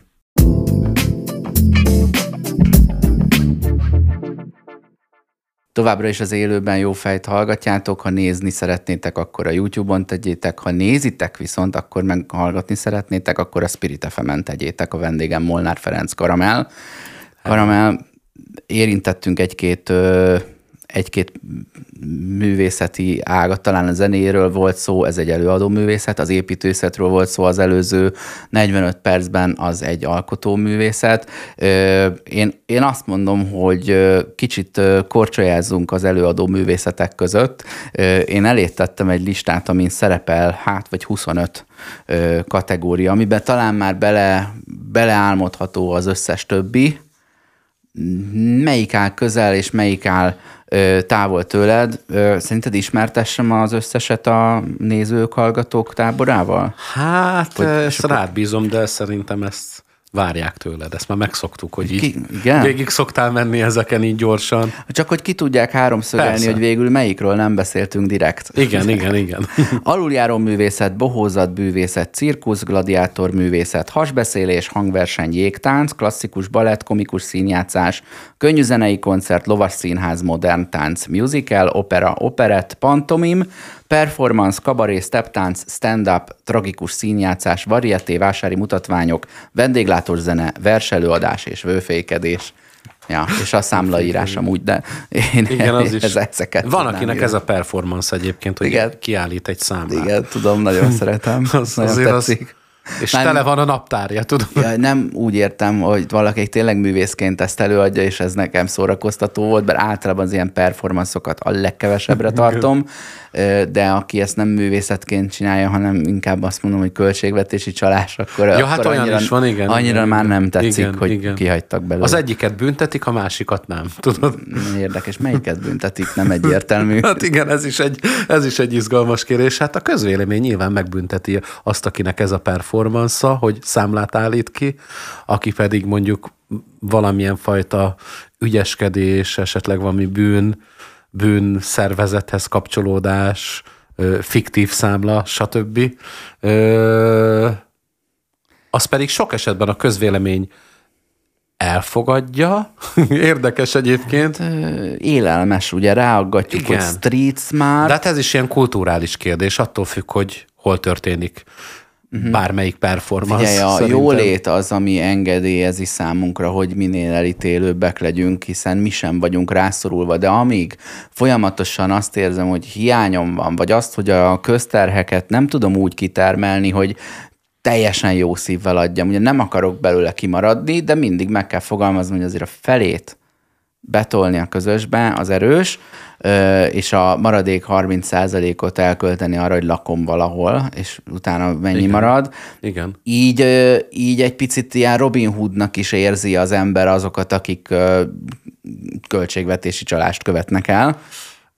Továbbra is az élőben jó fejt hallgatjátok, ha nézni szeretnétek, akkor a YouTube-on tegyétek, ha nézitek viszont, akkor meg hallgatni szeretnétek, akkor a Spirit ef em-en tegyétek, a vendégem Molnár Ferenc Karamell. Karamell, érintettünk egy-két, ö, egy-két művészeti ágat, talán a zenéről volt szó, ez egy előadó művészet, az építőzetről volt szó az előző negyvenöt percben, az egy alkotó művészet. Ö, Én, én azt mondom, hogy ö, kicsit ö, korcsolyázzunk az előadó művészetek között. Ö, Én elé tettem egy listát, amin szerepel hát vagy huszonöt ö, kategória, amiben talán már bele, beleálmodható az összes többi. Melyik áll közel, és melyik áll ö, távol tőled? Ö, Szerinted ismertessem az összeset a nézők, hallgatók táborával? Hát, Hogy- ezt és akkor- rád bízom, de szerintem ezt várják tőled. Ezt már megszoktuk, hogy így Ki- igen? végig szoktál menni ezeken így gyorsan. Csak hogy ki tudják háromszögelni, Persze. hogy végül melyikről nem beszéltünk direkt. Igen, igen, igen. Aluljáró művészet, bohózat művészet, cirkusz, gladiátor művészet, hasbeszélés, hangverseny, jégtánc, klasszikus balett, komikus színjátszás, könnyűzenei koncert, lovas színház, modern tánc, musical, opera, operett, pantomim, performance, kabaré, steptánc, stand-up, tragikus színjátszás, varieté, vásári mutatványok, vendéglátós zene, verselőadás és vőfékedés. Ja, és a számlaírás amúgy, de én Igen, az is. ez- ezeket Van, tudnám akinek írni. ez a performance egyébként, hogy Igen. kiállít egy számlát. Igen, tudom, nagyon szeretem. Az, nagyon azért az, tetszik. és Nem- tele van a naptárja, tudom. Ja, nem úgy értem, hogy valaki tényleg művészként ezt előadja, és ez nekem szórakoztató volt, mert általában az ilyen performanszokat a legkevesebbre tartom, de aki ezt nem művészetként csinálja, hanem inkább azt mondom, hogy költségvetési csalás, akkor, Ja, akkor hát olyan annyira, is van, igen. annyira igen, már igen. nem tetszik, igen, hogy igen. kihagytak belőle. Az egyiket büntetik, a másikat nem, tudod? Érdekes, melyiket büntetik, nem egyértelmű. Hát igen, ez is, egy, ez is egy izgalmas kérdés. Hát a közvélemény nyilván megbünteti azt, akinek ez a performance-a, hogy számlát állít ki, aki pedig mondjuk valamilyen fajta ügyeskedés, esetleg valami bűn, bűn szervezethez kapcsolódás, ö, fiktív számla, stb. Ö, az pedig sok esetben a közvélemény elfogadja. Érdekes egyébként. Élelmes, ugye ráaggatjuk, Igen. hogy street smart. De hát ez is ilyen kulturális kérdés, attól függ, hogy hol történik bármelyik performance. Figyelj, a szerintem. jólét az, ami engedélyezi számunkra, hogy minél elítélőbbek legyünk, hiszen mi sem vagyunk rászorulva, de amíg folyamatosan azt érzem, hogy hiányom van, vagy azt, hogy a közterheket nem tudom úgy kitermelni, hogy teljesen jó szívvel adjam. Ugye nem akarok belőle kimaradni, de mindig meg kell fogalmazni, hogy azért a felét betolni a közösbe, az erős, ö, és a maradék harminc százalékot elkölteni arra, hogy lakom valahol, és utána mennyi Igen. marad. Igen. Így, ö, így egy picit ilyen Robin Hoodnak is érzi az ember azokat, akik ö, költségvetési csalást követnek el.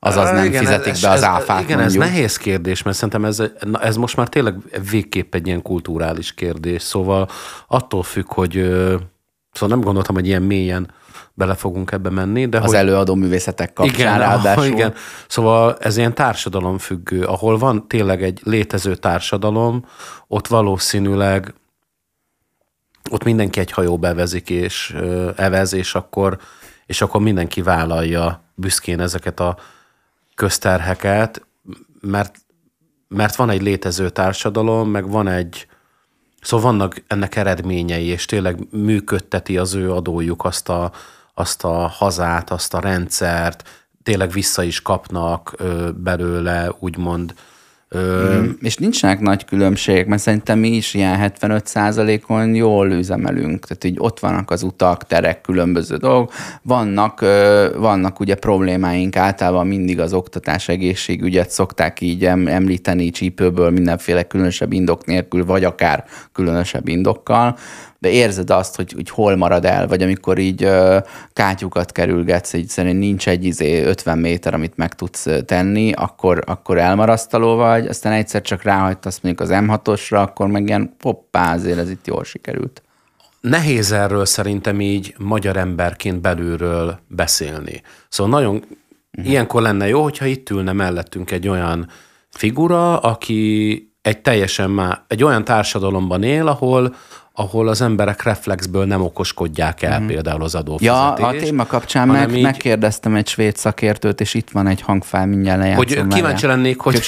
azaz nem igen, fizetik ez, be az ez, áfát. Igen, mondjuk. ez nehéz kérdés, mert szerintem ez, ez most már tényleg végképp egy ilyen kulturális kérdés, szóval attól függ, hogy szóval nem gondoltam, hogy ilyen mélyen bele fogunk ebbe menni. De az hogy, előadó művészetek kapcsán igen, ráadásul. Igen, szóval ez ilyen társadalomfüggő, ahol van tényleg egy létező társadalom, ott valószínűleg ott mindenki egy hajóba evezik és evez, és akkor, és akkor mindenki vállalja büszkén ezeket a közterheket, mert, mert van egy létező társadalom, meg van egy, szóval vannak ennek eredményei, és tényleg működteti az ő adójuk azt a, azt a hazát, azt a rendszert, tényleg vissza is kapnak ö, belőle, úgymond. Ö, mm, és nincsenek nagy különbségek, mert szerintem mi is ilyen hetvenöt százalékon jól üzemelünk. Tehát így ott vannak az utak, terek, különböző dolgok. Vannak, ö, vannak ugye problémáink, általában mindig az oktatás, egészségügyet szokták így említeni csípőből mindenféle különösebb indok nélkül, vagy akár különösebb indokkal. De érzed azt, hogy, hogy hol marad el, vagy amikor így ö, kátyukat kerülgetsz, így szerint nincs egy izé ötven méter, amit meg tudsz tenni, akkor, akkor elmarasztaló vagy, aztán egyszer csak ráhagytasz mondjuk az em hatosra, akkor meg ilyen hoppá, azért ez itt jól sikerült. Nehéz erről szerintem így magyar emberként belülről beszélni. Szóval nagyon uh-huh. ilyenkor lenne jó, hogyha itt ülne mellettünk egy olyan figura, aki egy teljesen már, egy olyan társadalomban él, ahol ahol az emberek reflexből nem okoskodják el mm. például az adófizetést. Ja, a téma kapcsán meg, így... megkérdeztem egy svéd szakértőt, és itt van egy hangfáj, mindjárt lejátszom. Hogy kíváncsi lennék, hogy...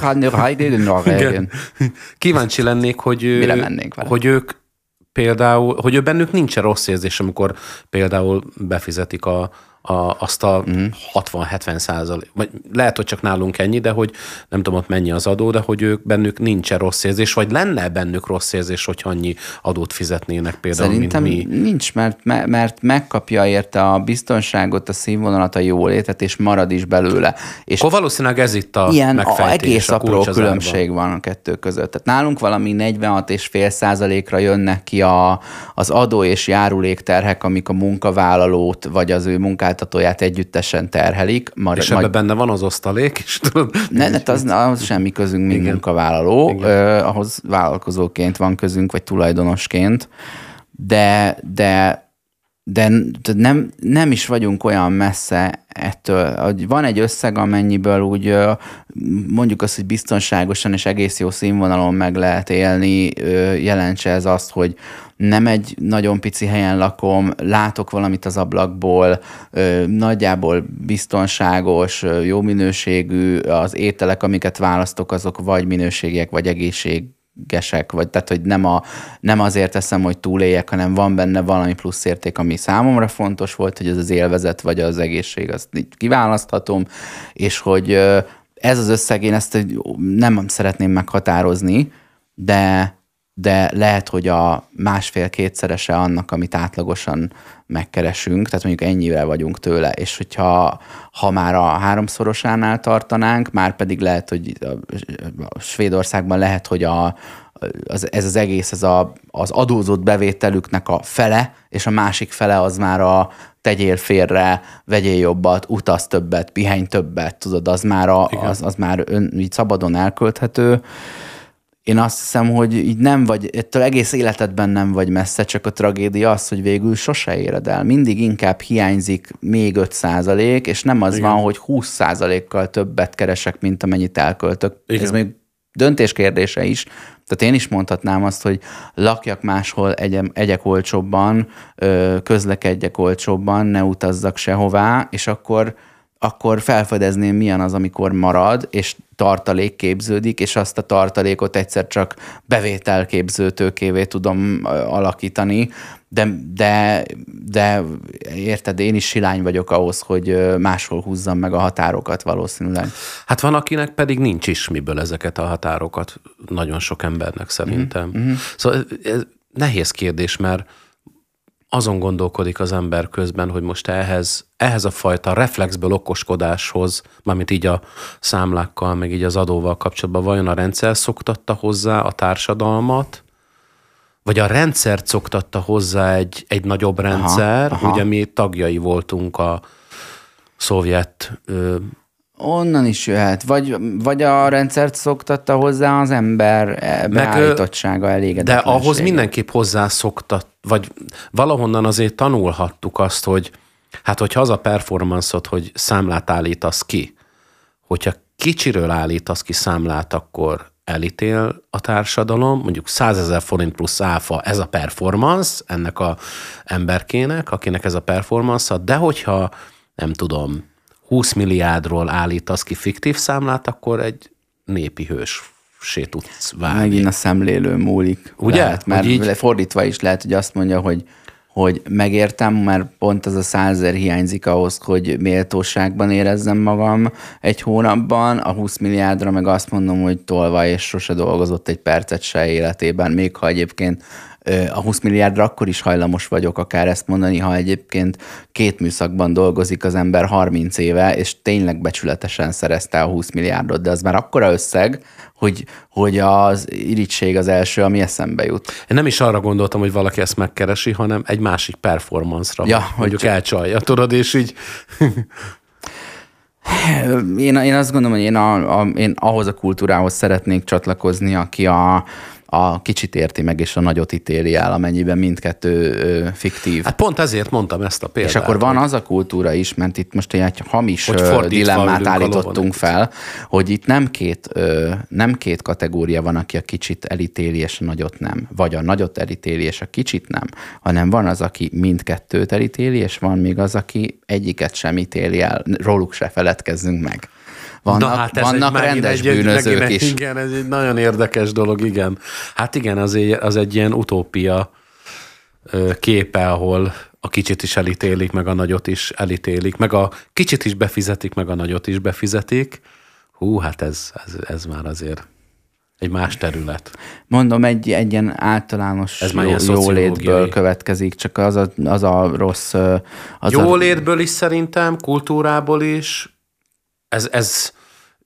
kíváncsi lennék, hogy, hogy ők például, hogy ő bennük nincs rossz érzés, amikor például befizetik a A, azt a uh-huh. hatvan-hetven százalék, vagy lehet, hogy csak nálunk ennyi, de hogy nem tudom, ott mennyi az adó, de hogy ők bennük nincs rossz érzés, vagy lenne bennük rossz érzés, hogy annyi adót fizetnének például, Szerintem mint mi. nincs, mert, mert megkapja érte a biztonságot, a színvonalat, a jólétet, és marad is belőle. És akkor valószínűleg ez itt a ilyen megfejtés. A egész a apró különbség van a kettő között. Tehát nálunk valami negyvenhat egész öt százalékra jönnek ki a, az adó és járulékterhek, amik a munkavállalót, vagy az ő munkáltatóját együttesen terhelik. Mar- és ebben benne van az osztalék is, tudod? Ne, ne, az, az semmi közünk, mint munkavállaló. Eh, ahhoz vállalkozóként van közünk, vagy tulajdonosként. De, de, de nem, nem is vagyunk olyan messze ettől. Hogy van egy összeg, amennyiből úgy mondjuk azt, hogy biztonságosan és egész jó színvonalon meg lehet élni, jelentse ez azt, hogy nem egy nagyon pici helyen lakom, látok valamit az ablakból, nagyjából biztonságos, jó minőségű, az ételek, amiket választok, azok vagy minőségiek, vagy egészségesek, vagy tehát, hogy nem, a, nem azért teszem, hogy túléljek, hanem van benne valami plusz érték, ami számomra fontos volt, hogy ez az élvezet, vagy az egészség, azt így kiválaszthatom, és hogy ez az összeg, én ezt nem szeretném meghatározni, de de lehet, hogy a másfél-kétszerese annak, amit átlagosan megkeresünk, tehát mondjuk ennyire vagyunk tőle, és hogyha ha már a háromszorosánál tartanánk, már pedig lehet, hogy a Svédországban lehet, hogy a, az, ez az egész, ez a, az adózott bevételüknek a fele, és a másik fele az már a tegyél félre, vegyél jobbat, utaz többet, pihenj többet, tudod, az már, a, az, az már ön, így szabadon elkölthető. Én azt hiszem, hogy így nem vagy, ettől egész életedben nem vagy messze, csak a tragédia az, hogy végül sose éred el. Mindig inkább hiányzik még öt százalék, és nem az Igen. van, hogy húsz százalékkal többet keresek, mint amennyit elköltök. Igen. Ez még döntés kérdése is. Tehát én is mondhatnám azt, hogy lakjak máshol, egyem, egyek olcsóbban, közlekedjek olcsóbban, ne utazzak sehová, és akkor akkor felfedezném, milyen az, amikor marad, és tartalék képződik, és azt a tartalékot egyszer csak bevételképző tőkévé tudom alakítani, de, de, de érted, én is silány vagyok ahhoz, hogy máshol húzzam meg a határokat valószínűleg. Hát van, akinek pedig nincs is miből ezeket a határokat, nagyon sok embernek szerintem. Mm-hmm. Szóval ez nehéz kérdés, mert azon gondolkodik az ember közben, hogy most ehhez, ehhez a fajta reflexből okoskodáshoz, mármint így a számlákkal, meg így az adóval kapcsolatban, vajon a rendszer szoktatta hozzá a társadalmat, vagy a rendszert szoktatta hozzá egy, egy nagyobb rendszer, aha, aha. Ugye mi tagjai voltunk a szovjet ö, Onnan is jöhet. Vagy, vagy a rendszert szoktatta hozzá az ember beállítottsága, elégedetlensége. De ahhoz mindenképp hozzászoktat, vagy valahonnan azért tanulhattuk azt, hogy hát hogyha az a performance-od, hogy számlát állítasz ki, hogyha kicsiről állítasz ki számlát, akkor elítél a társadalom, mondjuk százezer forint plusz áfa, ez a performance ennek a emberkének, akinek ez a performance, de hogyha nem tudom, húsz milliárdról állítasz ki fiktív számlát, akkor egy népi hőssé tudsz válni. Megint a szemlélő múlik. Ugye? Lehet, mert így... fordítva is lehet, hogy azt mondja, hogy hogy megértem, mert pont az a százezer hiányzik ahhoz, hogy méltóságban érezzem magam egy hónapban, a húsz milliárdra meg azt mondom, hogy tolvaj, és sose dolgozott egy percet se életében, még ha egyébként a húsz milliárdra akkor is hajlamos vagyok akár ezt mondani, ha egyébként két műszakban dolgozik az ember harminc éve, és tényleg becsületesen szerezte a húsz milliárdot, de az már akkora összeg, hogy, hogy az irigység az első, ami eszembe jut. Én nem is arra gondoltam, hogy valaki ezt megkeresi, hanem egy másik performance-ra, ja, hogy mondjuk csak... elcsalja, tudod, és így... én, én azt gondolom, hogy én, a, a, én ahhoz a kultúrához szeretnék csatlakozni, aki a a kicsit érti meg, és a nagyot ítéli el, amennyiben mindkettő ö, fiktív. Hát pont ezért mondtam ezt a példát. És akkor van hogy... az a kultúra is, mert itt most egy hamis dilemmát állítottunk fel, hogy itt nem két, ö, nem két kategória van, aki a kicsit elítéli, és a nagyot nem. Vagy a nagyot elítéli, és a kicsit nem. Hanem van az, aki mindkettőt elítéli, és van még az, aki egyiket sem ítéli el. Róluk se feledkezzünk meg. Vannak, Na, hát vannak rendes egy, bűnözők egy, is. Igen, ez egy nagyon érdekes dolog, igen. Hát igen, az egy, az egy ilyen utópia képe, ahol a kicsit is elítélik, meg a nagyot is elítélik, meg a kicsit is befizetik, meg a nagyot is befizetik. Hú, hát ez, ez, ez már azért egy más terület. Mondom, egy, egy ilyen általános ez jó, jólétből következik, csak az a, az a rossz... Az jólétből is szerintem, kultúrából is, Ez, ez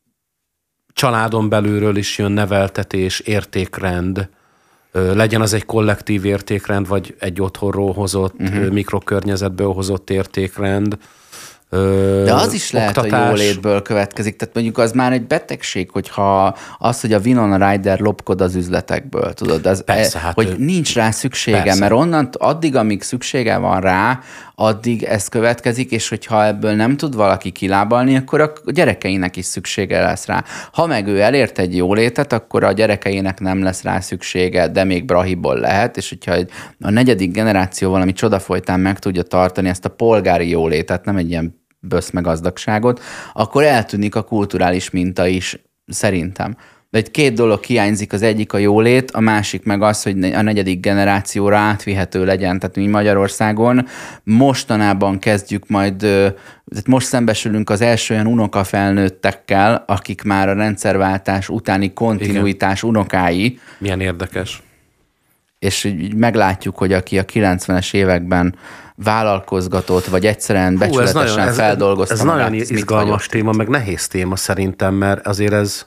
családon belülről is jön, neveltetés, értékrend, legyen az egy kollektív értékrend, vagy egy otthonról hozott, uh-huh. mikrokörnyezetből hozott értékrend. De az is lehet, oktatás. A jólétből következik. Tehát mondjuk az már egy betegség, hogyha az, hogy a Winona Ryder lopkod az üzletekből, tudod, az, Persze, hát hogy ő... nincs rá szüksége, Persze. mert onnan addig, amíg szüksége van rá, addig ez következik, és hogyha ebből nem tud valaki kilábalni, akkor a gyerekeinek is szüksége lesz rá. Ha meg ő elért egy jólétet, akkor a gyerekeinek nem lesz rá szüksége, de még brahiból lehet, és hogyha a negyedik generáció valami csoda folytán meg tudja tartani ezt a polgári jólétet, nem egy ilyen böszmegazdagságot, akkor eltűnik a kulturális minta is, szerintem. De egy két dolog hiányzik, az egyik a jólét, a másik meg az, hogy a negyedik generációra átvihető legyen. Tehát mi Magyarországon mostanában kezdjük majd, tehát most szembesülünk az első olyan unokafelnőttekkel, akik már a rendszerváltás utáni kontinuitás Igen. unokái. Milyen érdekes. És így meglátjuk, hogy aki a kilencvenes években vállalkozgatott, vagy egyszerűen Hú, becsületesen ez nagyon, feldolgozta Ez, ez magát, nagyon izgalmas téma, meg nehéz téma szerintem, mert azért ez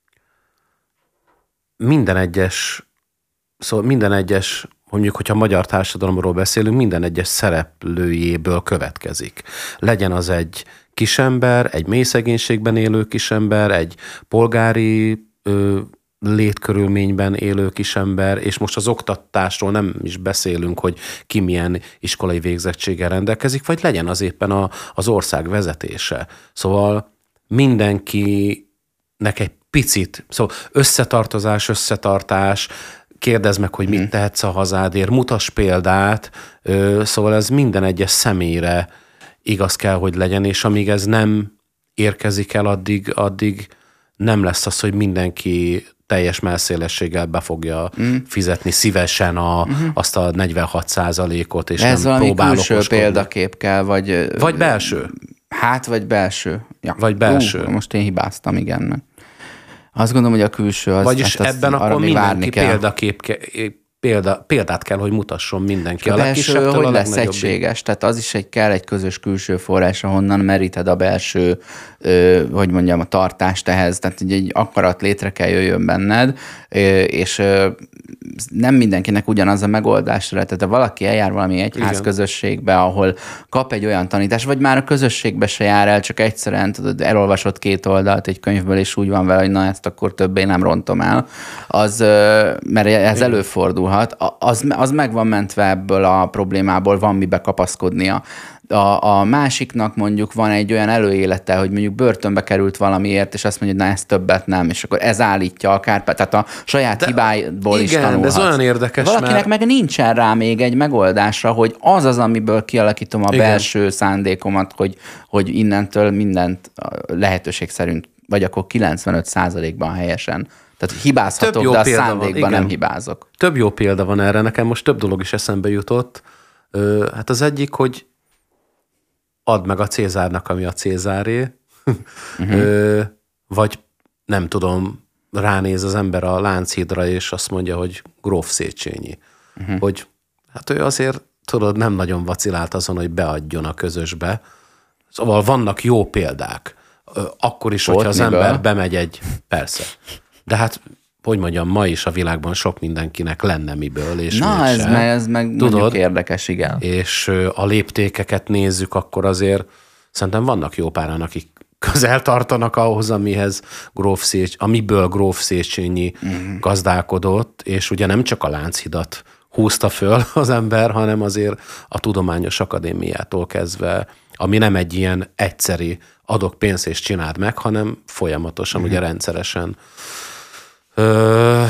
minden egyes, szóval minden egyes, mondjuk, hogyha magyar társadalomról beszélünk, minden egyes szereplőjéből következik. Legyen az egy kisember, egy mély szegénységben élő kisember, egy polgári ö, létkörülményben élő kisember, és most az oktatásról nem is beszélünk, hogy ki milyen iskolai végzettséggel rendelkezik, vagy legyen az éppen a, az ország vezetése. Szóval mindenkinek egy picit, szóval összetartozás, összetartás, kérdezd meg, hogy mit tehetsz a hazádért, mutass példát, szóval ez minden egyes személyre igaz kell, hogy legyen, és amíg ez nem érkezik el, addig, addig nem lesz az, hogy mindenki teljes melszélességgel be fogja mm. fizetni szívesen a, mm-hmm. azt a negyvenhat százalékot, és ez nem próbál okoskodni. Ez valami példakép kell, vagy... Vagy belső. Hát, vagy belső. Ja. Vagy belső. Ú, most én hibáztam, igen. Azt gondolom, hogy a külső az... Vagyis hát ebben akkor mindenki példakép, példa, példát kell, hogy mutasson mindenki. A, a belső, hogy lesz egységes, tehát az is egy, kell egy közös külső forrás, ahonnan meríted a belső, ö, hogy mondjam, a tartást ehhez, tehát egy, egy akarat létre kell jöjjön benned, ö, és ö, nem mindenkinek ugyanaz a megoldásra. Tehát ha valaki eljár valami egyház közösségbe, ahol kap egy olyan tanítást, vagy már a közösségbe se jár el, csak egyszerűen tudod, elolvasott két oldalt egy könyvből, és úgy van vele, hogy na ezt akkor többé nem rontom el, az, mert ez igen. előfordulhat, az, az meg van mentve ebből a problémából, van mibe kapaszkodnia. A, a másiknak mondjuk van egy olyan előélete, hogy mondjuk börtönbe került valamiért, és azt mondja, hogy na ez többet nem, és akkor ez állítja akár, tehát a saját de, hibából igen, is tanulhatsz. Igen, de ez olyan érdekes, valakinek mert... meg nincsen rá még egy megoldásra, hogy az az, amiből kialakítom a igen. belső szándékomat, hogy, hogy innentől mindent lehetőség szerint, vagy akkor kilencvenöt százalékban helyesen. Tehát hibázhatok, de a szándékban van, nem hibázok. Több jó példa van erre, nekem most több dolog is eszembe jutott. Hát az egyik, hogy add meg a Cézárnak, ami a Cézáré, uh-huh. Ö, vagy nem tudom, ránéz az ember a Lánchídra, és azt mondja, hogy gróf Széchenyi. Uh-huh. Hogy hát ő azért, tudod, nem nagyon vacilált azon, hogy beadjon a közösbe. Szóval vannak jó példák. Ö, akkor is, hogyha az miből? Ember bemegy egy... Persze. De hát hogy mondjam, ma is a világban sok mindenkinek lenne miből, és na, ez, me, ez meg tudod, mondjuk érdekes, igen. És a léptékeket nézzük, akkor azért szerintem vannak jó páran, akik közel tartanak ahhoz, amihez gróf Szécs, amiből gróf Széchenyi uh-huh. gazdálkodott, és ugye nem csak a Lánchidat húzta föl az ember, hanem azért a Tudományos Akadémiától kezdve, ami nem egy ilyen egyszeri adok pénzt és csináld meg, hanem folyamatosan, uh-huh. ugye rendszeresen. Ö,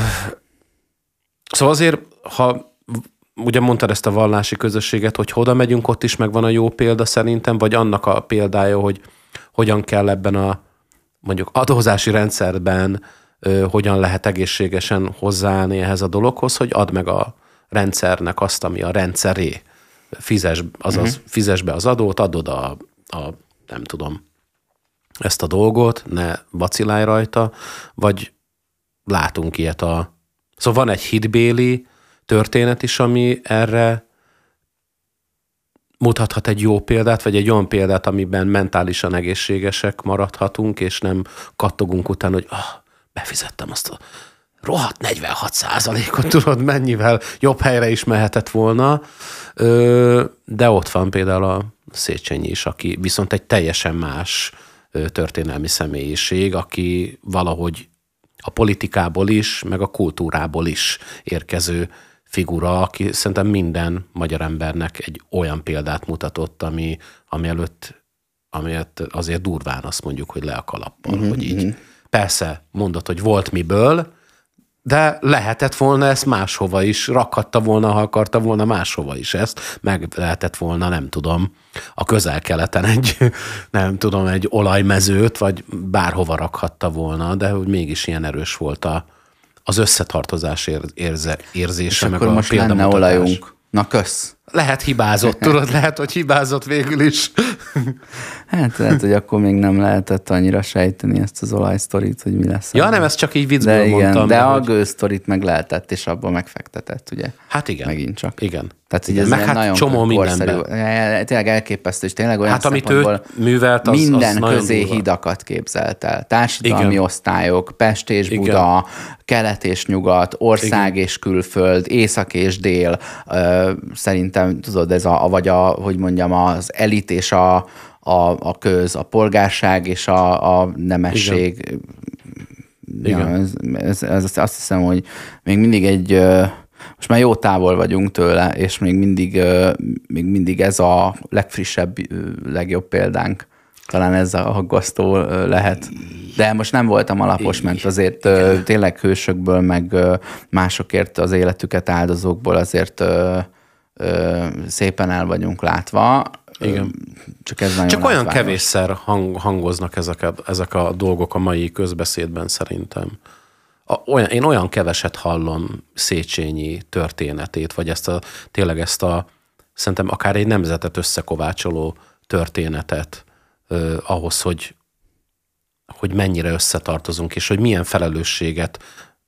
szóval azért, ha ugye mondtad ezt a vallási közösséget, hogy oda megyünk, ott is megvan a jó példa szerintem, vagy annak a példája, hogy hogyan kell ebben a mondjuk adózási rendszerben, ö, hogyan lehet egészségesen hozzáállni ehhez a dologhoz, hogy add meg a rendszernek azt, ami a rendszeré. Fizes, azaz uh-huh. fizes be az adót, adod a, a nem tudom, ezt a dolgot, ne vacilálj rajta, vagy látunk ilyet a... Szóval van egy hitbéli történet is, ami erre mutathat egy jó példát, vagy egy olyan példát, amiben mentálisan egészségesek maradhatunk, és nem kattogunk utána, hogy ah, befizettem azt a rohadt negyvenhat százalékot, tudod, mennyivel jobb helyre is mehetett volna. De ott van például a Széchenyi is, aki viszont egy teljesen más történelmi személyiség, aki valahogy a politikából is, meg a kultúrából is érkező figura, aki szerintem minden magyar embernek egy olyan példát mutatott, ami, ami előtt, amiért azért durván azt mondjuk, hogy le a kalappal, uh-huh, hogy így. Uh-huh. Persze mondod, hogy volt miből, de lehetett volna ezt máshova is, rakhatta volna, ha akarta volna máshova is ezt, meg lehetett volna, nem tudom, a Közel-Keleten egy, nem tudom, egy olajmezőt, vagy bárhova rakhatta volna, de hogy mégis ilyen erős volt a, az összetartozás érze, érzése, és meg akkor a most lenne olajunk. Na kösz. Lehet hibázott, tudod, lehet, hogy hibázott végül is. Hát lehet, hogy akkor még nem lehetett annyira sejteni ezt az olajsztorit, hogy mi lesz. Ja, nem, ezt csak így viccből de igen, mondtam. De a hogy... gőzsztorit meg lehetett, és abban megfektetett, ugye? Hát igen. Megint csak. Igen. Tehát igen, ez meg hát nagyon csomó mindenben. Tényleg elképesztő, és tényleg olyan hát, amit ő művelt, az, minden az közé durva. Hidakat képzelt el. Társadalmi igen. osztályok, Pest és igen. Buda, kelet és nyugat, ország igen. és külföld, észak és dél. Szerintem, tudod, ez a, vagy a, hogy mondjam, az elit és a, a, a köz, a polgárság és a, a nemesség. Igen. Ja, ez, ez, ez, azt hiszem, hogy még mindig egy... Most már jó távol vagyunk tőle, és még mindig, még mindig ez a legfrissebb, legjobb példánk. Talán ez a aggasztó lehet. De most nem voltam alapos, mert azért igen. tényleg hősökből, meg másokért az életüket áldozókból azért szépen el vagyunk látva. Igen. Csak ez nagyon Csak olyan látványos. kevésszer hang, hangoznak ezek a, ezek a dolgok a mai közbeszédben szerintem. A, olyan, én olyan keveset hallom Széchenyi történetét, vagy ezt a, tényleg ezt a, szerintem akár egy nemzetet összekovácsoló történetet eh, ahhoz, hogy, hogy mennyire összetartozunk, és hogy milyen felelősséget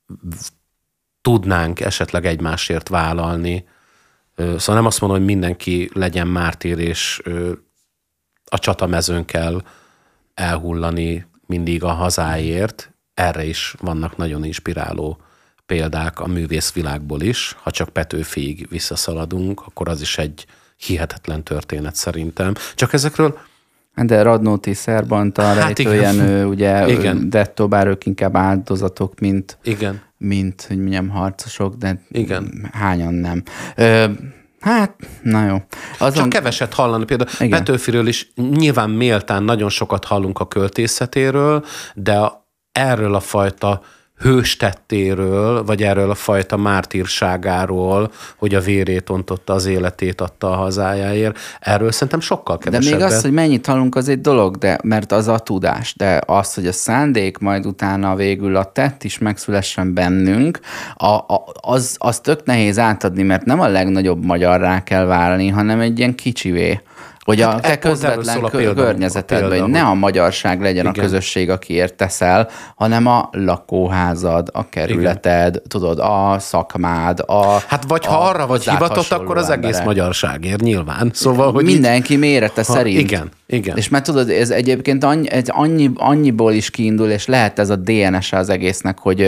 tudnánk esetleg egymásért vállalni. Eh, szóval nem azt mondom, hogy mindenki legyen mártír, és eh, a csatamezőn kell elhullani mindig a hazáért. Erre is vannak nagyon inspiráló példák a művészvilágból is. Ha csak Petőfiig visszaszaladunk, akkor az is egy hihetetlen történet szerintem. Csak ezekről... De Radnóti, Szerbantal, Hát Rejtőjenő, ugye igen. Dettó, bár ők inkább áldozatok, mint, Igen. mint hogy mondjam, harcosok, de Igen. hányan nem. Ö, hát, na jó. Azon... Csak keveset hallani. Például igen. Petőfiről is nyilván méltán nagyon sokat hallunk a költészetéről, de a, erről a fajta hőstettéről, vagy erről a fajta mártírságáról, hogy a vérét ontotta, az életét adta a hazájáért, erről szerintem sokkal kevesebbet. De még az, hogy mennyit hallunk, az egy dolog, de, mert az a tudás, de az, hogy a szándék majd utána végül a tett is megszülessen bennünk, a, a, az, az tök nehéz átadni, mert nem a legnagyobb magyarrá kell válni, hanem egy ilyen kicsivé. Hogy a te közvetlen környezetedben, hogy ne a magyarság legyen igen. a közösség, akiért teszel, hanem a lakóházad, a kerületed, igen. tudod, a szakmád, a Hát vagy ha arra vagy hivatott, akkor az egész emberek. Magyarságért nyilván. Szóval, hogy mindenki így... mérete ha, szerint. Igen, igen. És mert tudod, ez egyébként annyi, ez annyi, annyiból is kiindul, és lehet ez a dé en es-e az egésznek, hogy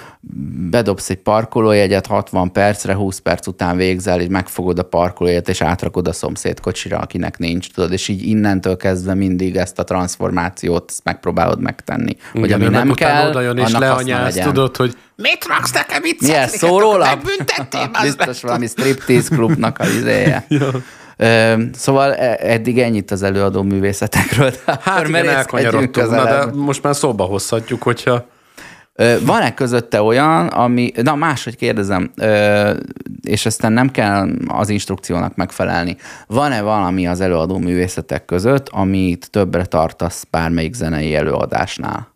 bedobsz egy parkolójegyet hatvan percre, húsz perc után végzel, így megfogod a parkolójegyet, és átrakod a szomszéd kocsira, akinek nincs, tudod, és így innentől kezdve mindig ezt a transformációt ezt megpróbálod megtenni. Igen, hogy ami nem kell, odajon és leanyász, tudod, hogy mit raksz nekem itt milyen szórólap? Megbüntettél? Biztos valami striptease klubnak az izéje. Szóval eddig ennyit az előadó művészetekről. Hát igen, elkanyarodtunk, de most már szóba hozhatjuk, hogyha van-e közötte olyan, ami... Na, máshogy kérdezem, és aztán nem kell az instrukciónak megfelelni. Van-e valami az előadó művészetek között, amit többre tartasz bármelyik zenei előadásnál?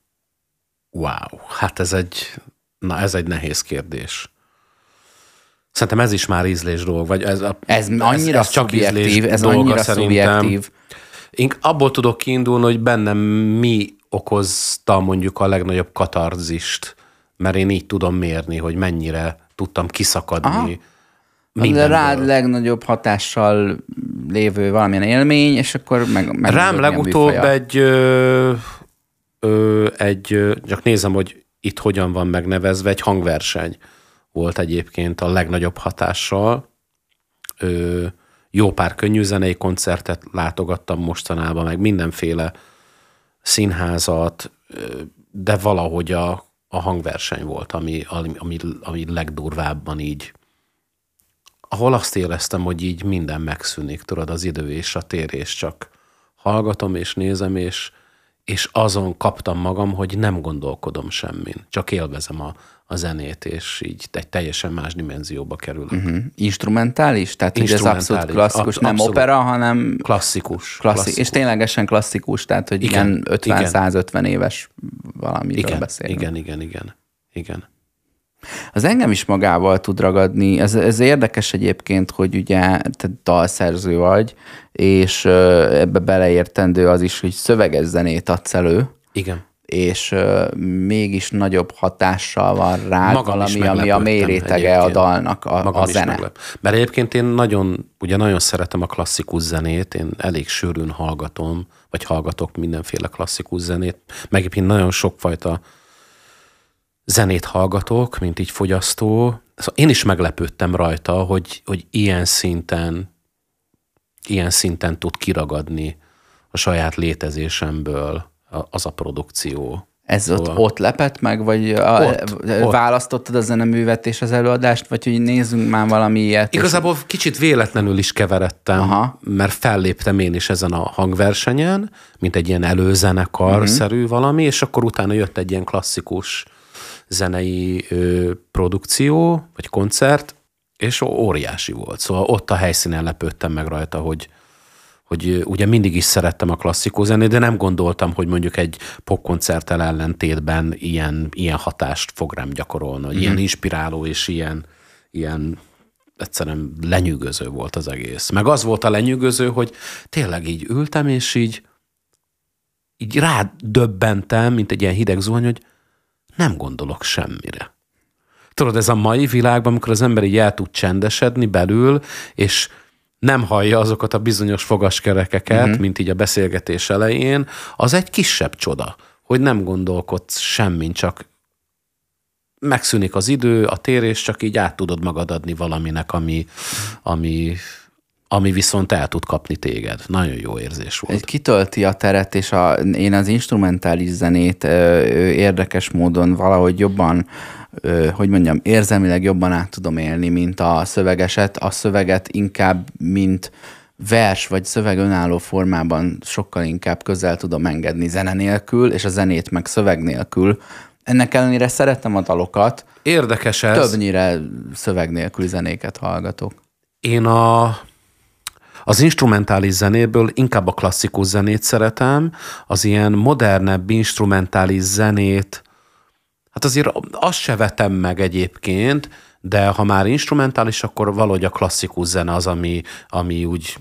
Wow, hát ez egy, na ez egy nehéz kérdés. Szerintem ez is már ízlés dolog, vagy ez, a, ez annyira ez, ez csak szubjektív, ez annyira szubjektív. Én abból tudok kiindulni, hogy bennem mi okozta mondjuk a legnagyobb katarzist, mert én így tudom mérni, hogy mennyire tudtam kiszakadni mindenből. Rád legnagyobb hatással lévő valamilyen élmény, és akkor meg... meg Rám legutóbb egy, ö, ö, egy, csak nézem, hogy itt hogyan van megnevezve, egy hangverseny volt egyébként a legnagyobb hatással. Ö, jó pár könnyűzenei koncertet látogattam mostanában, meg mindenféle színházat, de valahogy a, a hangverseny volt, ami, ami, ami legdurvábban így, ahol azt éreztem, hogy így minden megszűnik, tudod, az idő és a tér, és csak hallgatom és nézem, és, és azon kaptam magam, hogy nem gondolkodom semmin, csak élvezem a, a zenét, és így egy teljesen más dimenzióba kerülök. Uh-huh. Instrumentális? Tehát hogy ez abszolút klasszikus, nem abszolút opera, hanem... Klasszikus, klasszikus. klasszikus. És ténylegesen klasszikus, tehát hogy igen, ilyen ötven-százötven éves valamiről igen, beszélünk. Igen, igen, igen, igen. Az engem is magával tud ragadni. Ez, ez érdekes egyébként, hogy ugye te dalszerző vagy, és ebbe beleértendő az is, hogy szöveges zenét adsz elő. Igen. És uh, mégis nagyobb hatással van rád magam valami, ami a mély rétege a dalnak, a, a zene. Meglep. Mert egyébként én nagyon, ugye nagyon szeretem a klasszikus zenét, én elég sűrűn hallgatom, vagy hallgatok mindenféle klasszikus zenét, meg egyébként nagyon sokfajta zenét hallgatok, mint így fogyasztó. Szóval én is meglepődtem rajta, hogy, hogy ilyen szinten, ilyen szinten tud kiragadni a saját létezésemből az a produkció. Ez szóval... ott, ott lepett meg, vagy a, ott, választottad a zeneművet és az előadást, vagy hogy nézzünk már valami ilyet? Igazából és... kicsit véletlenül is keveredtem, aha, mert felléptem én is ezen a hangversenyen, mint egy ilyen előzenekar-szerű uh-huh. valami, és akkor utána jött egy ilyen klasszikus zenei ö, produkció, vagy koncert, és óriási volt. Szóval ott a helyszínen lepődtem meg rajta, hogy hogy ugye mindig is szerettem a klasszikus zenét, de nem gondoltam, hogy mondjuk egy popkoncerttel ellentétben ilyen, ilyen hatást fog rám gyakorolni, hogy mm-hmm. ilyen inspiráló és ilyen, ilyen egyszerűen lenyűgöző volt az egész. Meg az volt a lenyűgöző, hogy tényleg így ültem, és így, így rádöbbentem, mint egy ilyen hideg zuhany, hogy nem gondolok semmire. Tudod, ez a mai világban, amikor az ember így el tud csendesedni belül, és nem hallja azokat a bizonyos fogaskerekeket, uh-huh. mint így a beszélgetés elején, az egy kisebb csoda, hogy nem gondolkodsz semmin, csak megszűnik az idő, a tér, és csak így át tudod magad adni valaminek, ami, ami, ami viszont el tud kapni téged. Nagyon jó érzés volt. Egy kitölti a teret, és a, én az instrumentális zenét ö, érdekes módon valahogy jobban, ö, hogy mondjam, érzelmileg jobban át tudom élni, mint a szövegeset. A szöveget inkább, mint vers vagy szöveg önálló formában sokkal inkább közel tudom engedni zene nélkül, és a zenét meg szöveg nélkül. Ennek ellenére szeretem a dalokat. Érdekes ez. Többnyire szöveg nélküli zenéket hallgatok. Én a, az instrumentális zenéből inkább a klasszikus zenét szeretem, az ilyen modernebb instrumentális zenét, hát azért azt se vetem meg egyébként, de ha már instrumentális, akkor valahogy a klasszikus zene az, ami, ami úgy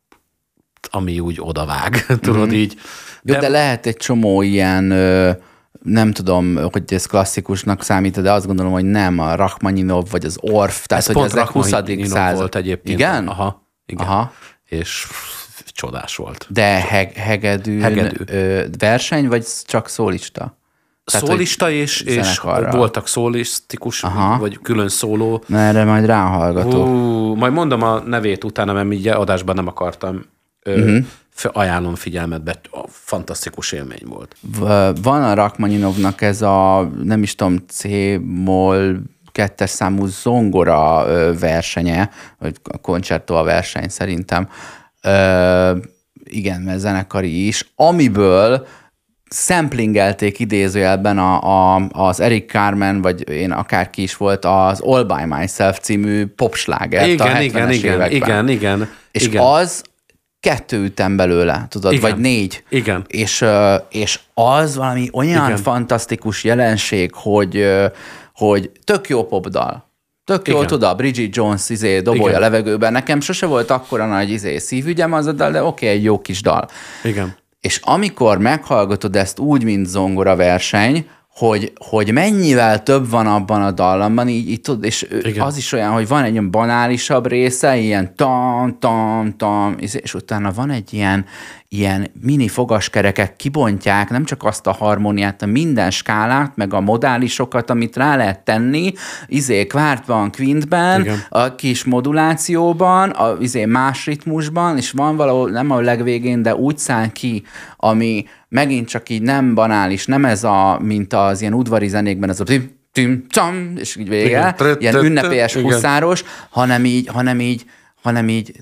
ami úgy odavág, tudod mm-hmm. így. De... Jó, de lehet egy csomó ilyen, nem tudom, hogy ez klasszikusnak számít, de azt gondolom, hogy nem, a Rachmaninov vagy az Orff, tehát ez hogy ezek huszadik század volt egyébként. Igen? Aha, igen. Aha. És csodás volt. De heg- hegedűn Hegedű. Ö, verseny, vagy csak szólista? Tehát, szólista és, és voltak szólisztikus, Aha. vagy külön szóló. Na, erre majd ráhallgatok. Hú, majd mondom a nevét utána, mert így adásban nem akartam. Uh-huh. Ajánlom figyelmetbe, fantasztikus élmény volt. Van a Rachmaninovnak ez a, nem is tudom, C-moll kettes számú zongora versenye, vagy a koncertó a verseny szerintem. Ö, igen, mert zenekari is, amiből samplingelték idézőjelben a, a, az Eric Carmen, vagy én akárki is volt, az All By Myself című popslágert igen, a hetvenes igen, években. Igen, igen, És igen. az kettő ütem belőle, tudod, igen. vagy négy. Igen. És, és az valami olyan igen. fantasztikus jelenség, hogy, hogy tök jó popdal. Tök jól tud a Bridget Jones izé, dobolja a levegőben. Nekem sose volt akkora nagy izé, szívügyem az a dal, de oké, okay, egy jó kis dal. Igen. És amikor meghallgatod ezt úgy, mint zongora verseny, hogy, hogy mennyivel több van abban a dallamban, így, így tudod, és igen. az is olyan, hogy van egy olyan banálisabb része, ilyen tam, tam, tam, és utána van egy ilyen, ilyen mini fogaskerekek kibontják, nem csak azt a harmóniát, a minden skálát, meg a modálisokat, amit rá lehet tenni, izé kvártban, kvintben, igen. a kis modulációban, a izé más ritmusban, és van valahol, nem a legvégén, de úgy száll ki, ami megint csak így nem banális, nem ez a, mint az ilyen udvari zenékben, ez a tim, tim, csam, és így vége, igen. ilyen ünnepélyes huszáros, hanem így, hanem így, hanem így,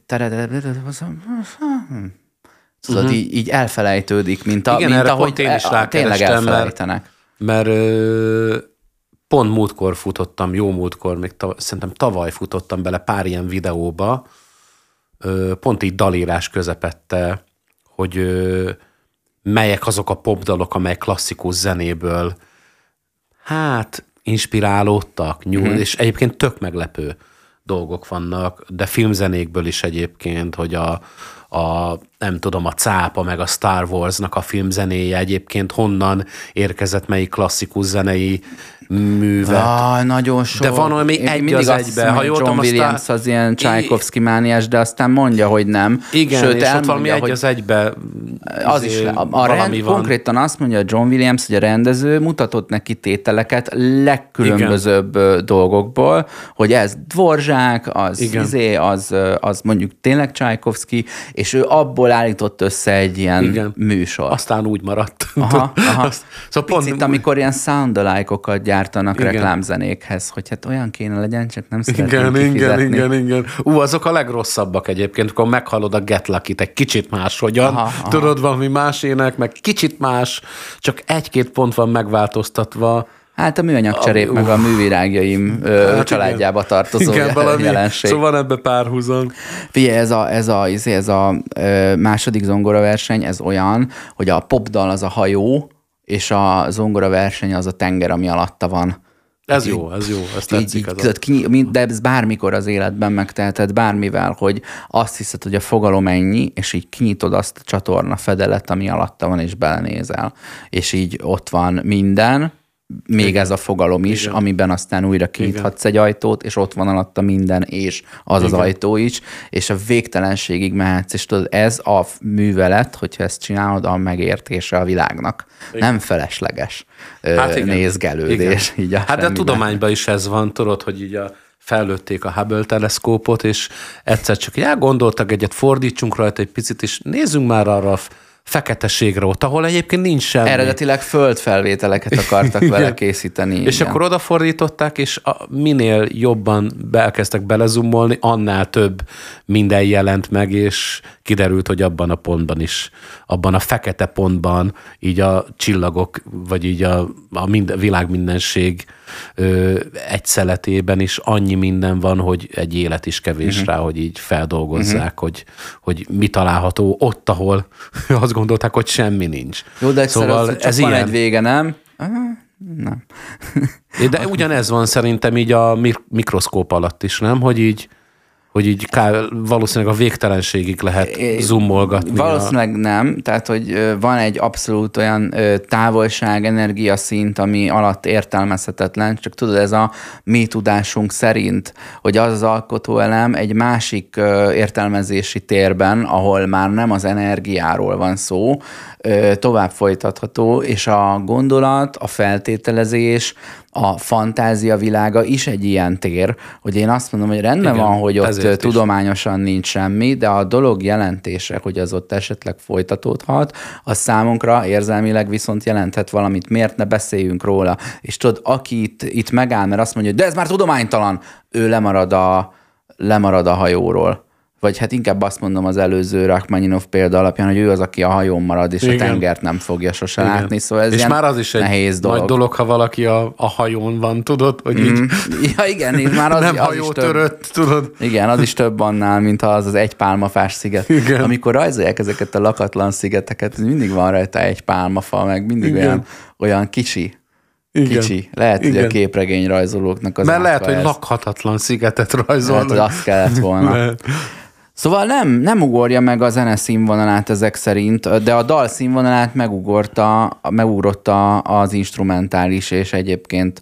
tudod, uh-huh. így, így elfelejtődik, mint, a, igen, mint ahogy én is e, tényleg elfelejtenek. Mert, mert ö, pont múltkor futottam, jó múltkor, még tav, szerintem tavaly futottam bele pár ilyen videóba, ö, pont így dalírás közepette, hogy ö, melyek azok a popdalok, amely klasszikus zenéből hát inspirálódtak, nyúl, hmm. és egyébként tök meglepő dolgok vannak, de filmzenékből is egyébként, hogy a, a nem tudom, a Cápa meg a Star Warsnak a filmzenéje egyébként honnan érkezett, melyik klasszikus zenei művet. Ah, nagyon sok. De van olyan egy az egybe. Ha John Williams aztán... az ilyen Tchaikovsky mániás, de aztán mondja, hogy nem. Igen, sőt, és ott valami egy hogy... az egybe az is, a, a rend, konkrétan azt mondja John Williams, hogy a rendező mutatott neki tételeket legkülönbözőbb igen. dolgokból, hogy ez Dvorzsák, az izé, az, az mondjuk tényleg Tchaikovsky, és ő abból állított össze egy ilyen igen. műsor. Aztán úgy maradt. Aha, aha. Azt, szóval picit, pont... amikor ilyen sound-alike-okat gyártanak igen. reklámzenékhez, hogy hát olyan kéne legyen, csak nem szeretném igen, kifizetni. Igen, igen, igen. Ú, azok a legrosszabbak egyébként, akkor meghallod a Get Lucky-t egy kicsit máshogyan, aha, aha. tudod, valami más ének, meg kicsit más, csak egy-két pont van megváltoztatva. Hát a műanyagcserép, a, meg a művirágjaim ö, hát családjába igen. tartozó igen, valami, jelenség. Szóval ebbe párhuzam. Figyelj, ez a, ez a, ez a ö, második zongoraverseny, ez olyan, hogy a popdal az a hajó, és a zongoraverseny az a tenger, ami alatta van. Ez így, jó, ez jó, ez tetszik. Így, az így, de ez bármikor az életben megteheted bármivel, hogy azt hiszed, hogy a fogalom ennyi, és így kinyitod azt a csatorna fedelet, ami alatta van, és belenézel. És így ott van minden, még Igen. ez a fogalom is, Igen. amiben aztán újra kinyithatsz egy ajtót, és ott van alatta minden, és az Igen. az ajtó is, és a végtelenségig mehetsz, és tudod, ez a művelet, hogyha ezt csinálod, a megértése a világnak. Igen. Nem felesleges hát igen. nézgelődés. Igen. Így a hát de a semmiben. tudományban is ez van, tudod, hogy így a fellőtték a Hubble teleszkópot, és egyszer csak így elgondoltak egyet, fordítsunk rajta egy picit, és nézzünk már arra a feketeségre ott, ahol egyébként nincs semmi. Eredetileg földfelvételeket akartak vele készíteni. És igen. akkor odafordították, és a, minél jobban be, elkezdtek belezumolni, annál több minden jelent meg, és kiderült, hogy abban a pontban is, abban a fekete pontban így a csillagok, vagy így a, a mind, világ mindenség ö, egy szeletében is annyi minden van, hogy egy élet is kevés uh-huh. rá, hogy így feldolgozzák, uh-huh. hogy, hogy mi található ott, ahol azt gondolták, hogy semmi nincs. Jó, de egyszer szóval az, csak ez van ilyen. egy vége, nem? Nem. De ugyanez van szerintem így a mikroszkóp alatt is, nem? Hogy így, hogy így ká- valószínűleg a végtelenségig lehet zoomolgatni. Valószínűleg a... nem, tehát hogy van egy abszolút olyan távolság, energiaszint, ami alatt értelmezhetetlen, csak tudod, ez a mi tudásunk szerint, hogy az az alkotóelem egy másik értelmezési térben, ahol már nem az energiáról van szó, tovább folytatható, és a gondolat, a feltételezés, a fantázia világa is egy ilyen tér, hogy én azt mondom, hogy rendben igen, van, hogy ott tudományosan nincs semmi, de a dolog jelentése, hogy az ott esetleg folytatódhat, az számunkra érzelmileg viszont jelenthet valamit. Miért ne beszéljünk róla? És tudod, aki itt, itt megáll, mert azt mondja, hogy de ez már tudománytalan, ő lemarad a, lemarad a hajóról. Vagy hát inkább azt mondom az előző Rachmaninov példa alapján, hogy ő az, aki a hajón marad, és igen. a tengert nem fogja sose igen. látni. Szóval ez és már az is egy nehéz dolog. nagy dolog, ha valaki a, a hajón van, tudod? Hogy így mm. Ja igen, így már az, nem az hajó is több, törött, tudod? Igen, az is több annál, mint az az egy pálmafás sziget. Igen. Amikor rajzolják ezeket a lakatlan szigeteket, mindig van rajta egy pálmafa, meg mindig olyan, olyan kicsi. Igen. Kicsi. Lehet, igen. hogy a képregény rajzolóknak az mert lehet, ez. hogy lakhatatlan szigetet rajzolnak. Lehet, hogy azt kellett volna. Szóval nem, nem ugorja meg a zene színvonalát ezek szerint, de a dal színvonalát megugorta, megugrotta az instrumentális, és egyébként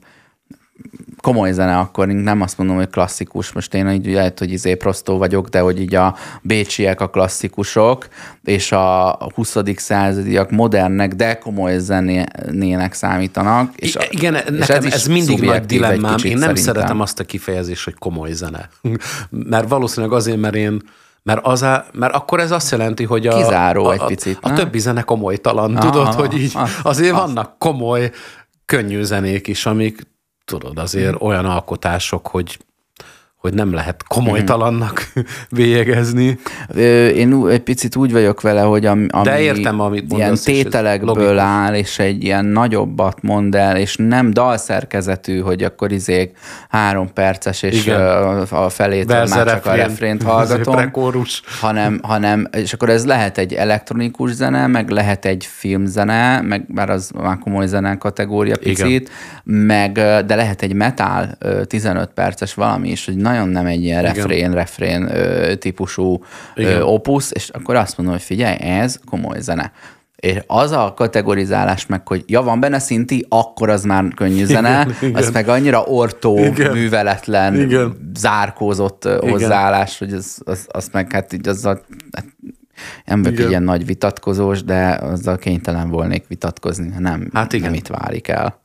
komoly zene akkor, nem azt mondom, hogy klasszikus, most én így lehet, hogy izé prostó vagyok, de hogy így a bécsiek a klasszikusok, és a huszadik századiak modernek, de komoly zenének számítanak. És a, igen, és nekem ez, ez mindig nagy dilemmám. Én nem szerintem. szeretem azt a kifejezést, hogy komoly zene. Mert valószínűleg azért, mert én Mert, az a, mert akkor ez azt jelenti, hogy a, Kizáró a, egy picit, a, a többi zene komolytalan, aha, tudod, aha, hogy így az, azért az. Vannak komoly, könnyű zenék is, amik, tudod, azért hmm. olyan alkotások, hogy hogy nem lehet komolytalannak bélyegezni. Én egy picit úgy vagyok vele, hogy ami, De értem, amit ilyen mondasz, tételekből áll, és egy ilyen nagyobbat mond el, és nem dalszerkezetű, hogy akkor izék három perces, és igen. a felétől már csak refrén, a refrént hallgatom, hanem, hanem, és akkor ez lehet egy elektronikus zene, meg lehet egy filmzene, meg bár az már komoly zene kategória picit, meg, de lehet egy metal tizenöt perces valami is, hogy nagyon nem egy ilyen refrén-refrén típusú ö, opusz, és akkor azt mondom, hogy figyelj, ez komoly zene. És az a kategorizálás meg, hogy ja, van benne szinti, akkor az már könnyű zene, igen, igen. az meg annyira ortó, igen. műveletlen, igen. zárkózott igen. hozzáállás, hogy az, az, az meg hát így azzal, hát, nem vagyok egy ilyen nagy vitatkozós, de azzal kénytelen volnék vitatkozni, nem, hát nem itt válik el.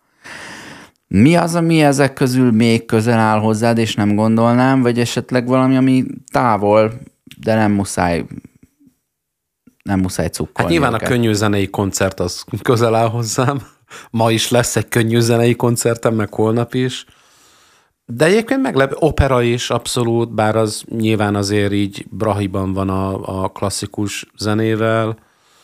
Mi az, ami ezek közül még közel áll hozzád, és nem gondolnám, vagy esetleg valami, ami távol, de nem muszáj, nem muszáj cukkolni. Hát nyilván őket. A könnyű zenei koncert az közel áll hozzám. Ma is lesz egy könnyű zenei koncertem, meg holnap is. De egyébként meglep, opera is abszolút, bár az nyilván azért így brahiban van a, a klasszikus zenével.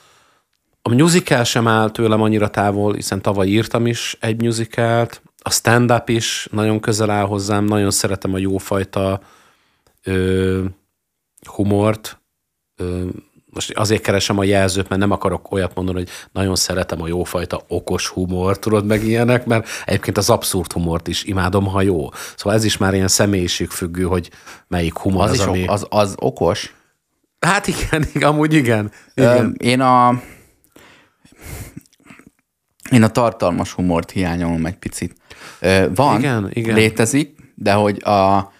A musical sem áll tőlem annyira távol, hiszen tavaly írtam is egy musicalt. A stand-up is nagyon közel áll hozzám, nagyon szeretem a jófajta ö, humort. Ö, most azért keresem a jelzőt, mert nem akarok olyat mondani, hogy nagyon szeretem a jófajta okos humort, tudod, meg ilyenek, mert egyébként az abszurd humort is imádom, ha jó. Szóval ez is már ilyen személyiségfüggő, hogy melyik humor az, az, is ami... az, az okos? Hát igen, igen, amúgy igen. igen. Ö, én a... Én a tartalmas humort hiányolom egy picit. Van, igen, igen. létezik, de hogy a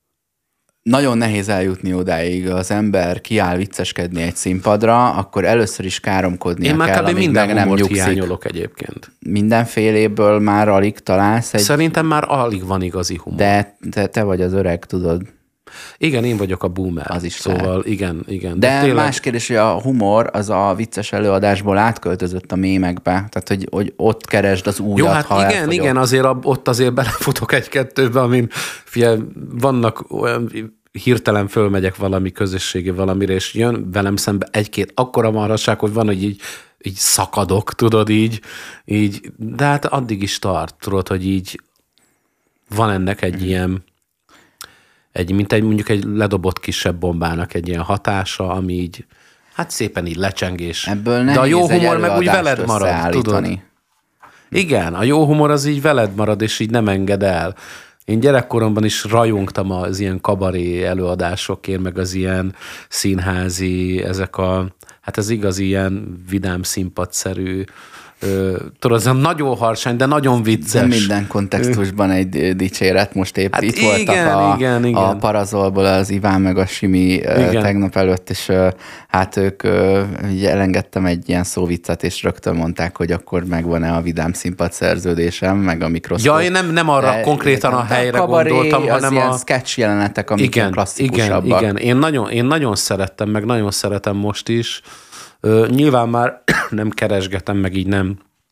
nagyon nehéz eljutni odáig, az ember kiáll vicceskedni egy színpadra, akkor először is káromkodnia Én kell, már kb. amíg minden meg nem humort nyugszik. hiányolok egyébként. Mindenféléből már alig találsz egy... Szerintem már alig van igazi humor. De te, te vagy az öreg, tudod. Igen, én vagyok a boomer. Az is Szóval lehet. igen, igen. De, De, de tényleg... más kérdés, hogy a humor az a vicces előadásból átköltözött a mémekbe. Tehát, hogy, hogy ott keresd az újat, Jó, hát ha igen, elfogyott. igen, azért a, ott azért belefutok egy-kettőbe, amin figyelj, vannak olyan, hirtelen fölmegyek valami közösségi valamire, és jön velem szembe egy-két akkora marhasság, hogy van, hogy így, így szakadok, tudod, így, így, de hát addig is tart, tudod, hogy így van ennek egy mm. ilyen, egy, mint egy mondjuk egy ledobott kisebb bombának egy ilyen hatása, ami így, hát szépen így lecsengés. Ebből de a jó humor meg úgy előadást veled marad, tudod. Igen, a jó humor az így veled marad, és így nem enged el. Én gyerekkoromban is rajongtam az ilyen kabaré előadásokért, meg az ilyen színházi, ezek a, hát ez igazi ilyen vidám színpadszerű, tudod, ez nagyon harsány, de nagyon vicces. De minden kontextusban egy dicséret. Most épp hát itt igen, voltak a, igen, igen. a Parazolból az Iván meg a Simi igen. tegnap előtt, és hát ők ugye elengedtem egy ilyen szóviccet, és rögtön mondták, hogy akkor megvan-e a vidám színpad szerződésem, meg a mikroszkóp. Ja, én nem, nem arra de, konkrétan a helyre kabaré, gondoltam, az hanem ilyen a... sketch jelenetek, amik igen, klasszikusabbak. Igen, igen. Én nagyon, én nagyon szerettem, meg nagyon szeretem most is. Ö, nyilván már nem keresgetem, meg így nem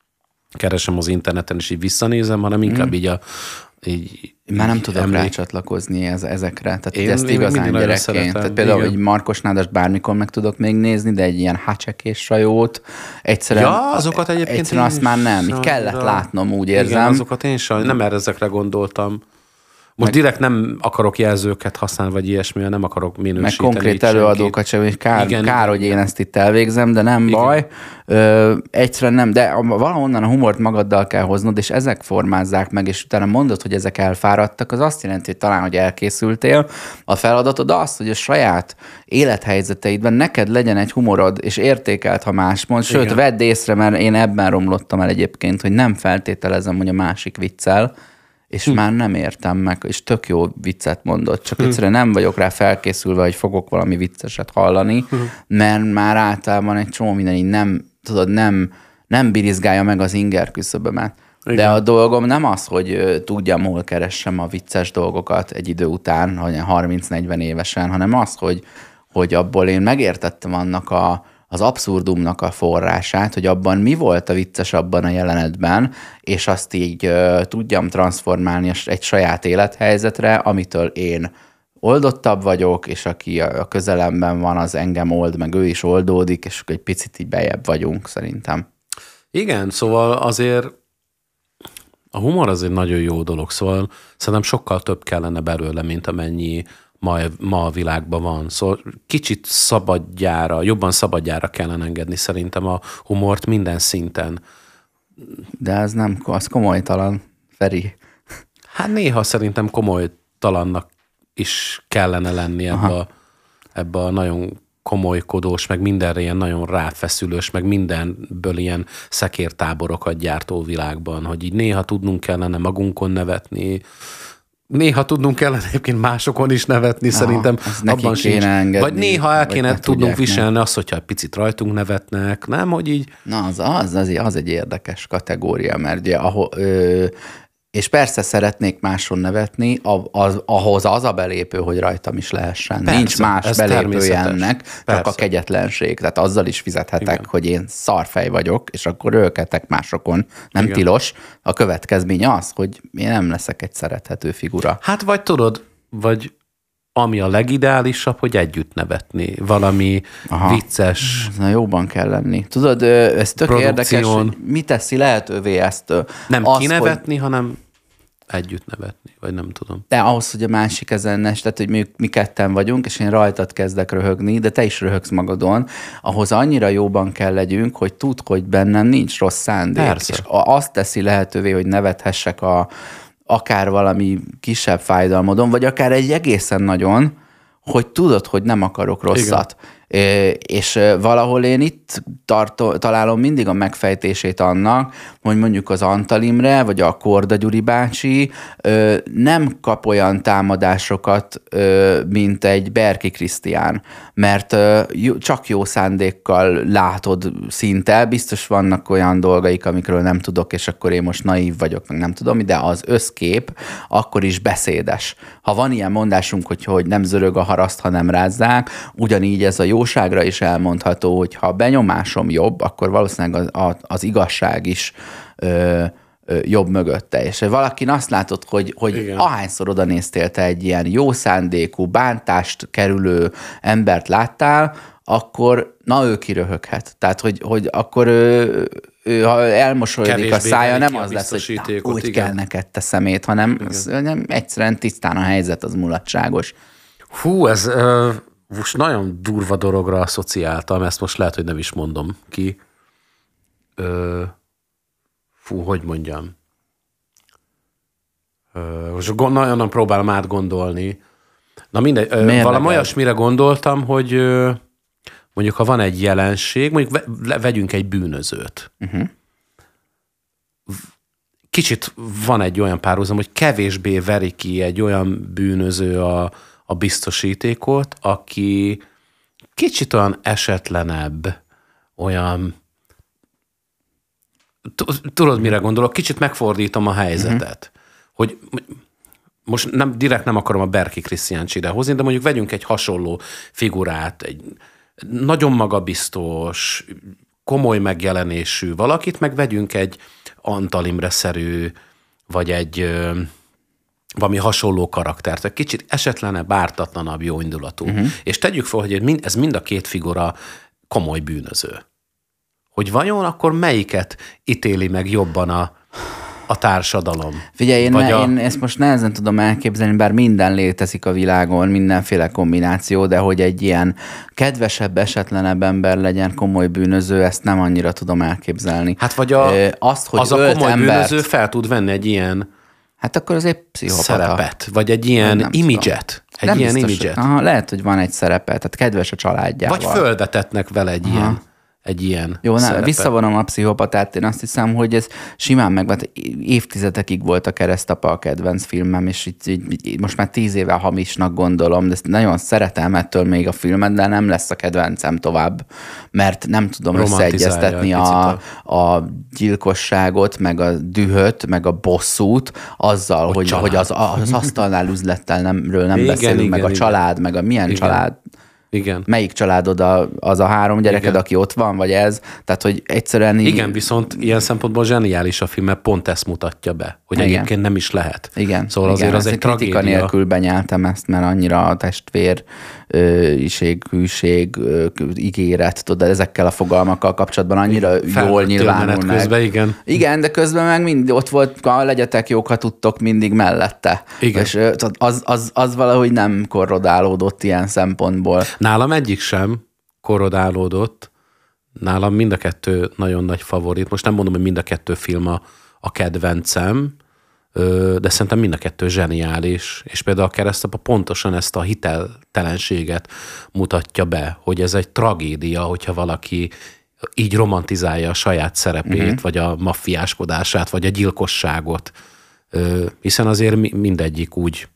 keresem az interneten, és így visszanézem, hanem inkább mm. így a... Így, már nem így tudok emlék... rácsatlakozni ez, ezekre. Tehát én, ezt én igazán gyerekként. Tehát például, igen. hogy Markos Nádast bármikor meg tudok még nézni, de egy ilyen Hacsek sajót egyszerűen, ja, azokat egyébként egyszerűen azt már nem. Így kellett látnom, úgy érzem. Igen, azokat én sem, nem erre ezekre gondoltam. Most meg, direkt nem akarok jelzőket használni, vagy ilyesmi, nem akarok minősíteni. Meg konkrét előadókat sem, és kár, igen, kár igen. hogy én ezt itt elvégzem, de nem igen. baj. Ö, egyszerűen nem, de valahonnan a humort magaddal kell hoznod, és ezek formázzák meg, és utána mondod, hogy ezek elfáradtak, az azt jelenti, hogy talán, hogy elkészültél. A feladatod az, hogy a saját élethelyzeteidben neked legyen egy humorod, és értékelt, ha más mond. Sőt, igen. vedd észre, mert én ebben romlottam el egyébként, hogy nem feltételezem, hogy a másik viccel, és hm. már nem értem meg, és tök jó viccet mondott, csak hm. egyszerűen nem vagyok rá felkészülve, hogy fogok valami vicceset hallani, hm. mert már általában egy csomó minden így nem, tudod, nem, nem birizgálja meg az inger küszöbömet. Igen. De a dolgom nem az, hogy tudjam, hol keressem a vicces dolgokat egy idő után, hogy harminc-negyven évesen, hanem az, hogy, hogy abból én megértettem annak a az abszurdumnak a forrását, hogy abban mi volt a vicces abban a jelenetben, és azt így uh, tudjam transformálni egy saját élethelyzetre, amitől én oldottabb vagyok, és aki a közelemben van, az engem old, meg ő is oldódik, és egy picit így bejebb vagyunk, szerintem. Igen, szóval azért a humor az egy nagyon jó dolog, szóval szerintem sokkal több kellene belőle, mint amennyi Ma, ma a világban van. Szóval kicsit szabadjára, jobban szabadjára kellene engedni szerintem a humort minden szinten. De ez nem, az komolytalan, Feri. Hát néha szerintem komolytalannak is kellene lenni ebbe a, ebbe a nagyon komolykodós, meg mindenre ilyen nagyon ráfeszülős, meg mindenből ilyen szekértáborokat gyártó világban, hogy így néha tudnunk kellene magunkon nevetni, néha tudnunk kellene egyébként másokon is nevetni, aha, szerintem abban sincs. Engedni, vagy néha el kéne tudnunk tudják, viselni nem. azt, hogyha egy picit rajtunk nevetnek, nem, hogy így... Na, az, az, az, az egy érdekes kategória, mert ugye, ahol, ö, és persze szeretnék máson nevetni, az, ahhoz az a belépő, hogy rajtam is lehessen. Persze, nincs más belépője ennek, csak persze. a kegyetlenség. Tehát azzal is fizethetek, igen. hogy én szarfej vagyok, és akkor rölketek másokon. Nem igen. tilos. A következménye az, hogy én nem leszek egy szerethető figura. Hát vagy tudod, vagy ami a legideálisabb, hogy együtt nevetni. Valami aha. vicces. Na, jóban kell lenni. Tudod, ez tök produkción. Érdekes, hogy mi teszi lehetővé ezt. Nem az, kinevetni, hogy... hanem együtt nevetni, vagy nem tudom. De ahhoz, hogy a másik ezen, tehát hogy mi, mi ketten vagyunk, és én rajtad kezdek röhögni, de te is röhögsz magadon, ahhoz annyira jóban kell legyünk, hogy tudd, hogy bennem nincs rossz szándék. Persze. És azt teszi lehetővé, hogy nevethessek a, akár valami kisebb fájdalmodon, vagy akár egy egészen nagyon, hogy tudod, hogy nem akarok rosszat. És valahol én itt tartó, találom mindig a megfejtését annak, hogy mondjuk az Antal Imre, vagy a Korda Gyuri bácsi nem kap olyan támadásokat, mint egy Berki Krisztián, mert csak jó szándékkal látod szinte, biztos vannak olyan dolgaik, amikről nem tudok, és akkor én most naív vagyok, meg nem tudom, de az összkép akkor is beszédes. Ha van ilyen mondásunk, hogy, hogy nem zörög a haraszt, ha nem rázzák, ugyanígy ez a jóságra is elmondható, hogy ha a benyomásom jobb, akkor valószínűleg az, az igazság is ö, ö, jobb mögötte. És valakin azt látod, hogy, hogy ahányszor oda néztél, te egy ilyen jó szándékú, bántást kerülő embert láttál, akkor na ő kiröhöghet. Tehát, hogy, hogy akkor ő, ő, ha elmosolyodik kevésbé a szája, nem az lesz, hogy na, úgy igen. kell neked te szemét, hanem, az, nem, egyszerűen tisztán a helyzet, az mulatságos. Hú, ez uh, most nagyon durva dologra asszociáltam, ezt most lehet, hogy nem is mondom ki. Uh, fú, hogy mondjam? Uh, most nagyon próbálom átgondolni. Na mindegy, uh, valami olyasmire gondoltam, hogy uh, mondjuk, ha van egy jelenség, mondjuk vegyünk egy bűnözőt. Uh-huh. Kicsit van egy olyan párhuzam, hogy kevésbé veri ki egy olyan bűnöző a, a biztosítékot, aki kicsit olyan esetlenebb, olyan... Tudod, mire gondolok? Kicsit megfordítom a helyzetet. Uh-huh. Hogy most nem, direkt nem akarom a Berki Krisztiánt idehozni, de mondjuk vegyünk egy hasonló figurát, egy nagyon magabiztos, komoly megjelenésű valakit, meg vegyünk egy Antal Imre-szerű, vagy egy ö, valami hasonló karaktert, egy kicsit esetlenebb, ártatlanabb, jóindulatú. Uh-huh. És tegyük fel, hogy ez mind a két figura komoly bűnöző. Hogy vajon akkor melyiket ítéli meg jobban a a társadalom. Figyelj, én, ne, a... én ezt most nehezen tudom elképzelni, bár minden létezik a világon, mindenféle kombináció, de hogy egy ilyen kedvesebb, esetlenebb ember legyen komoly bűnöző, ezt nem annyira tudom elképzelni. Hát vagy a, Azt, hogy az a komoly embert, bűnöző fel tud venni egy ilyen hát akkor az egy pszichopata. szerepet, vagy egy ilyen imidzset. Egy nem ilyen biztos, imidzset. Aha, lehet, hogy van egy szerepe, tehát kedves a családjával. Vagy fölvetetnek vele egy aha. ilyen egy ilyen Jó, na, visszavonom a pszichopatát, én azt hiszem, hogy ez simán megvan. Évtizedekig volt a Keresztapa a kedvenc filmem, és így, így, most már tíz éve hamisnak gondolom, de nagyon szeretem ettől még a filmet, de nem lesz a kedvencem tovább, mert nem tudom összeegyeztetni a, a gyilkosságot, meg a dühöt, meg a bosszút azzal, hogy, hogy, hogy az, az asztalnál üzlettel nemről nem igen, beszélünk, igen, meg igen. a család, meg a milyen igen. család. Igen. Melyik családod a, az a három gyereked, igen. aki ott van, vagy ez? Tehát, hogy egyszerűen... Így... Igen, viszont ilyen szempontból zseniális a film, mert pont ezt mutatja be, hogy igen. egyébként nem is lehet. Igen. Szóval igen. azért az egy tragédia. nélkül benyeltem ezt, mert annyira a testvér, iség, hűség, ígéret, tudod, ezekkel a fogalmakkal kapcsolatban annyira igen. jól nyilvánul meg. Közben, igen. Igen, de közben meg mind ott volt, legyetek jók, ha tudtok, mindig mellette. Igen. És az, az, az valahogy nem korrodálódott ilyen szempontból. Nálam egyik sem korrodálódott. Nálam mind a kettő nagyon nagy favorit. Most nem mondom, hogy mind a kettő film a, a kedvencem, de szerintem mind a kettő zseniális. És például a Keresztapa pontosan ezt a hiteltelenséget mutatja be, hogy ez egy tragédia, hogyha valaki így romantizálja a saját szerepét, uh-huh. vagy a maffiáskodását, vagy a gyilkosságot. Hiszen azért mindegyik úgy,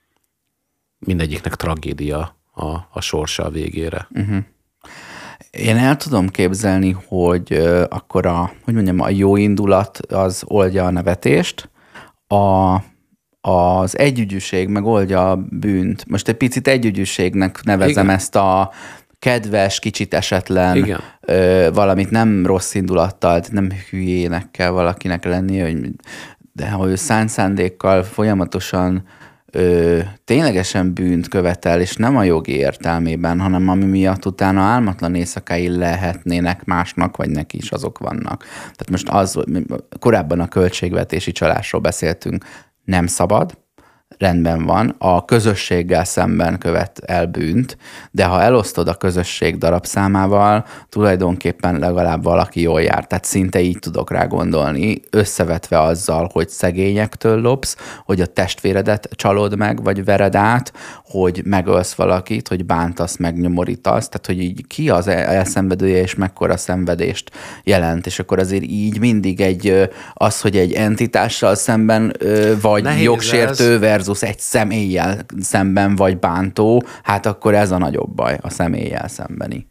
mindegyiknek tragédia a, a sorsa a végére. Uh-huh. Én el tudom képzelni, hogy uh, akkor a, hogy mondjam, a jó indulat az oldja a nevetést, a, az együgyűség meg oldja a bűnt. Most egy picit együgyűségnek nevezem igen. ezt a kedves, kicsit esetlen, ö, valamit nem rossz indulattal, nem hülyének kell valakinek lenni, hogy, de ha ő szánt szándékkal folyamatosan ö, ténylegesen bűnt követel, és nem a jogi értelmében, hanem ami miatt utána álmatlan éjszakái lehetnének másnak, vagy neki is azok vannak. Tehát most az, korábban a költségvetési csalásról beszéltünk, nem szabad, rendben van, a közösséggel szemben követ el bűnt, de ha elosztod a közösség darabszámával, tulajdonképpen legalább valaki jól jár. Tehát szinte így tudok rá gondolni, összevetve azzal, hogy szegényektől lopsz, hogy a testvéredet csalod meg, vagy vered át, hogy megölsz valakit, hogy bántasz, megnyomorítasz, tehát hogy így ki az elszenvedője, és mekkora szenvedést jelent, és akkor azért így mindig egy, az, hogy egy entitással szemben vagy nehéz jogsértő ez. Versus egy személlyel szemben vagy bántó, hát akkor ez a nagyobb baj, a személlyel szembeni.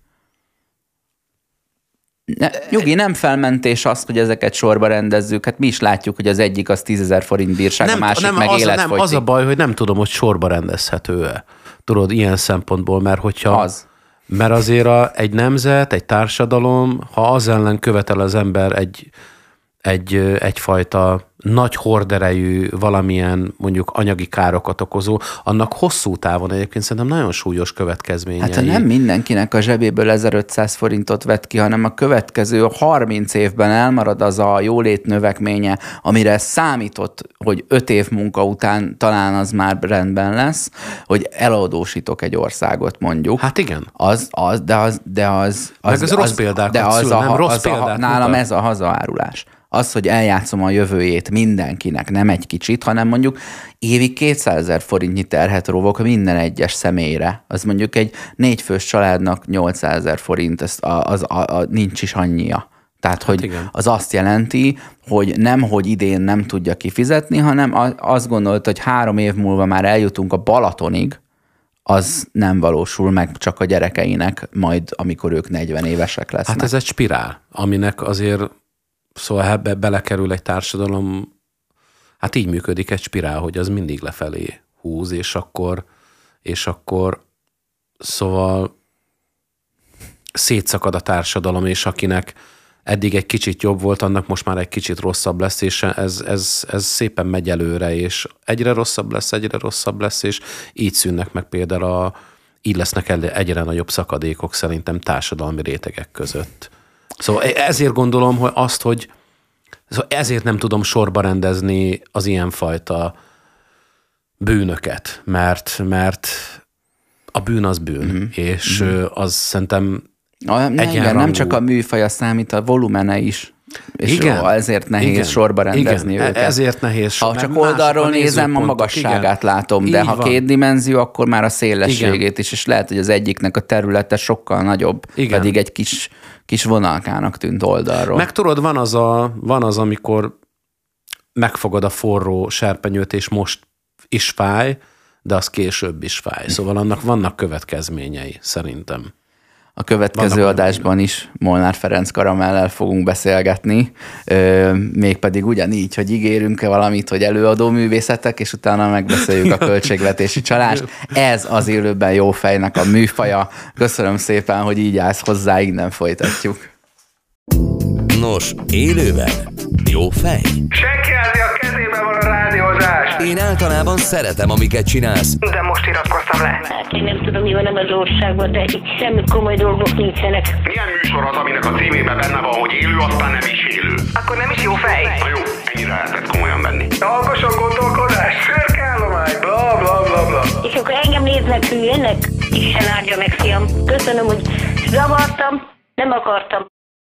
Ne, nyugi, nem felmentés az, hogy ezeket sorba rendezzük. Hát mi is látjuk, hogy az egyik az tízezer forint bírság, nem, a másik nem, meg az életfogytig. Nem, az a baj, hogy nem tudom, hogy sorba rendezhető-e. Tudod, ilyen szempontból, mert hogyha... Az. Mert azért a, egy nemzet, egy társadalom, ha az ellen követel az ember egy, egy, egyfajta nagy horderejű, valamilyen mondjuk anyagi károkat okozó, annak hosszú távon egyébként szerintem nagyon súlyos következményei. Hát ha nem mindenkinek a zsebéből ezerötszáz forintot vett ki, hanem a következő harminc évben elmarad az a jólét növekménye, amire számított, hogy öt év munka után talán az már rendben lesz, hogy eladósítok egy országot mondjuk. Hát igen. Az, az, de az, de az, az, Meg az, az rossz példákat de az szül, a, nem rossz az példát a, nálam ez a hazaárulás. Az, hogy eljátszom a jövőjét mindenkinek, nem egy kicsit, hanem mondjuk évi kétszázezer forintnyi terhet rovok minden egyes személyre. Az mondjuk egy négyfős családnak nyolcszázezer forint, az, az, az, az nincs is annyia. Tehát, hát hogy igen. Az azt jelenti, hogy nem, hogy idén nem tudja kifizetni, hanem azt gondolt, hogy három év múlva már eljutunk a Balatonig, az nem valósul meg csak a gyerekeinek majd, amikor ők negyven évesek lesznek. Hát ez egy spirál, aminek azért... Szóval ebbe belekerül egy társadalom, hát így működik egy spirál, hogy az mindig lefelé húz, és akkor, és akkor szóval szétszakad a társadalom, és akinek eddig egy kicsit jobb volt, annak most már egy kicsit rosszabb lesz, és ez, ez, ez szépen megy előre, és egyre rosszabb lesz, egyre rosszabb lesz, és így szűnnek meg például a, így lesznek egyre nagyobb szakadékok szerintem társadalmi rétegek között. Szóval ezért gondolom, hogy azt, hogy szóval ezért nem tudom sorba rendezni az ilyenfajta bűnöket, mert, mert a bűn az bűn, mm-hmm. és mm-hmm. az szerintem a, ne, igen, nem csak a műfaja számít, a volumene is. És igen, jó, ezért nehéz igen, sorba rendezni igen, őket. Ezért nehéz. Ha csak oldalról nézem, a magasságát igen. látom, de így ha van. Két dimenzió, akkor már a szélességét igen. is, és lehet, hogy az egyiknek a területe sokkal nagyobb, igen. pedig egy kis, kis vonalkának tűnt oldalról. Meg tudod, van az, a, van az, amikor megfogod a forró serpenyőt, és most is fáj, de az később is fáj. Szóval annak vannak következményei, szerintem. A következő Vannak adásban is Molnár Ferenc Karamellel fogunk beszélgetni, mégpedig ugyanígy, hogy ígérünk-e valamit, hogy előadó művészetek, és utána megbeszéljük a költségvetési csalást. Ez az Élőben jó fejnek a műfaja. Köszönöm szépen, hogy így állsz hozzá, innen folytatjuk. Nos, élőben jó fej? Senki a kezében van a rádiózás. Én általában szeretem, amiket csinálsz. De most iratkoztam le. Hát én nem tudom, mi van ebben az országban, de itt semmi komoly dolgok nincsenek. Milyen műsor az, aminek a címében benne van, hogy élő, aztán nem is élő? Akkor nem is jó fej. Na jó, ennyire lehetett komolyan venni. Alkosan gondolkodás, szürkállomány, bla bla bla bla. És akkor engem néznek hülyének? Isten áldja meg, fiam. Köszönöm, hogy zavartam, nem akartam.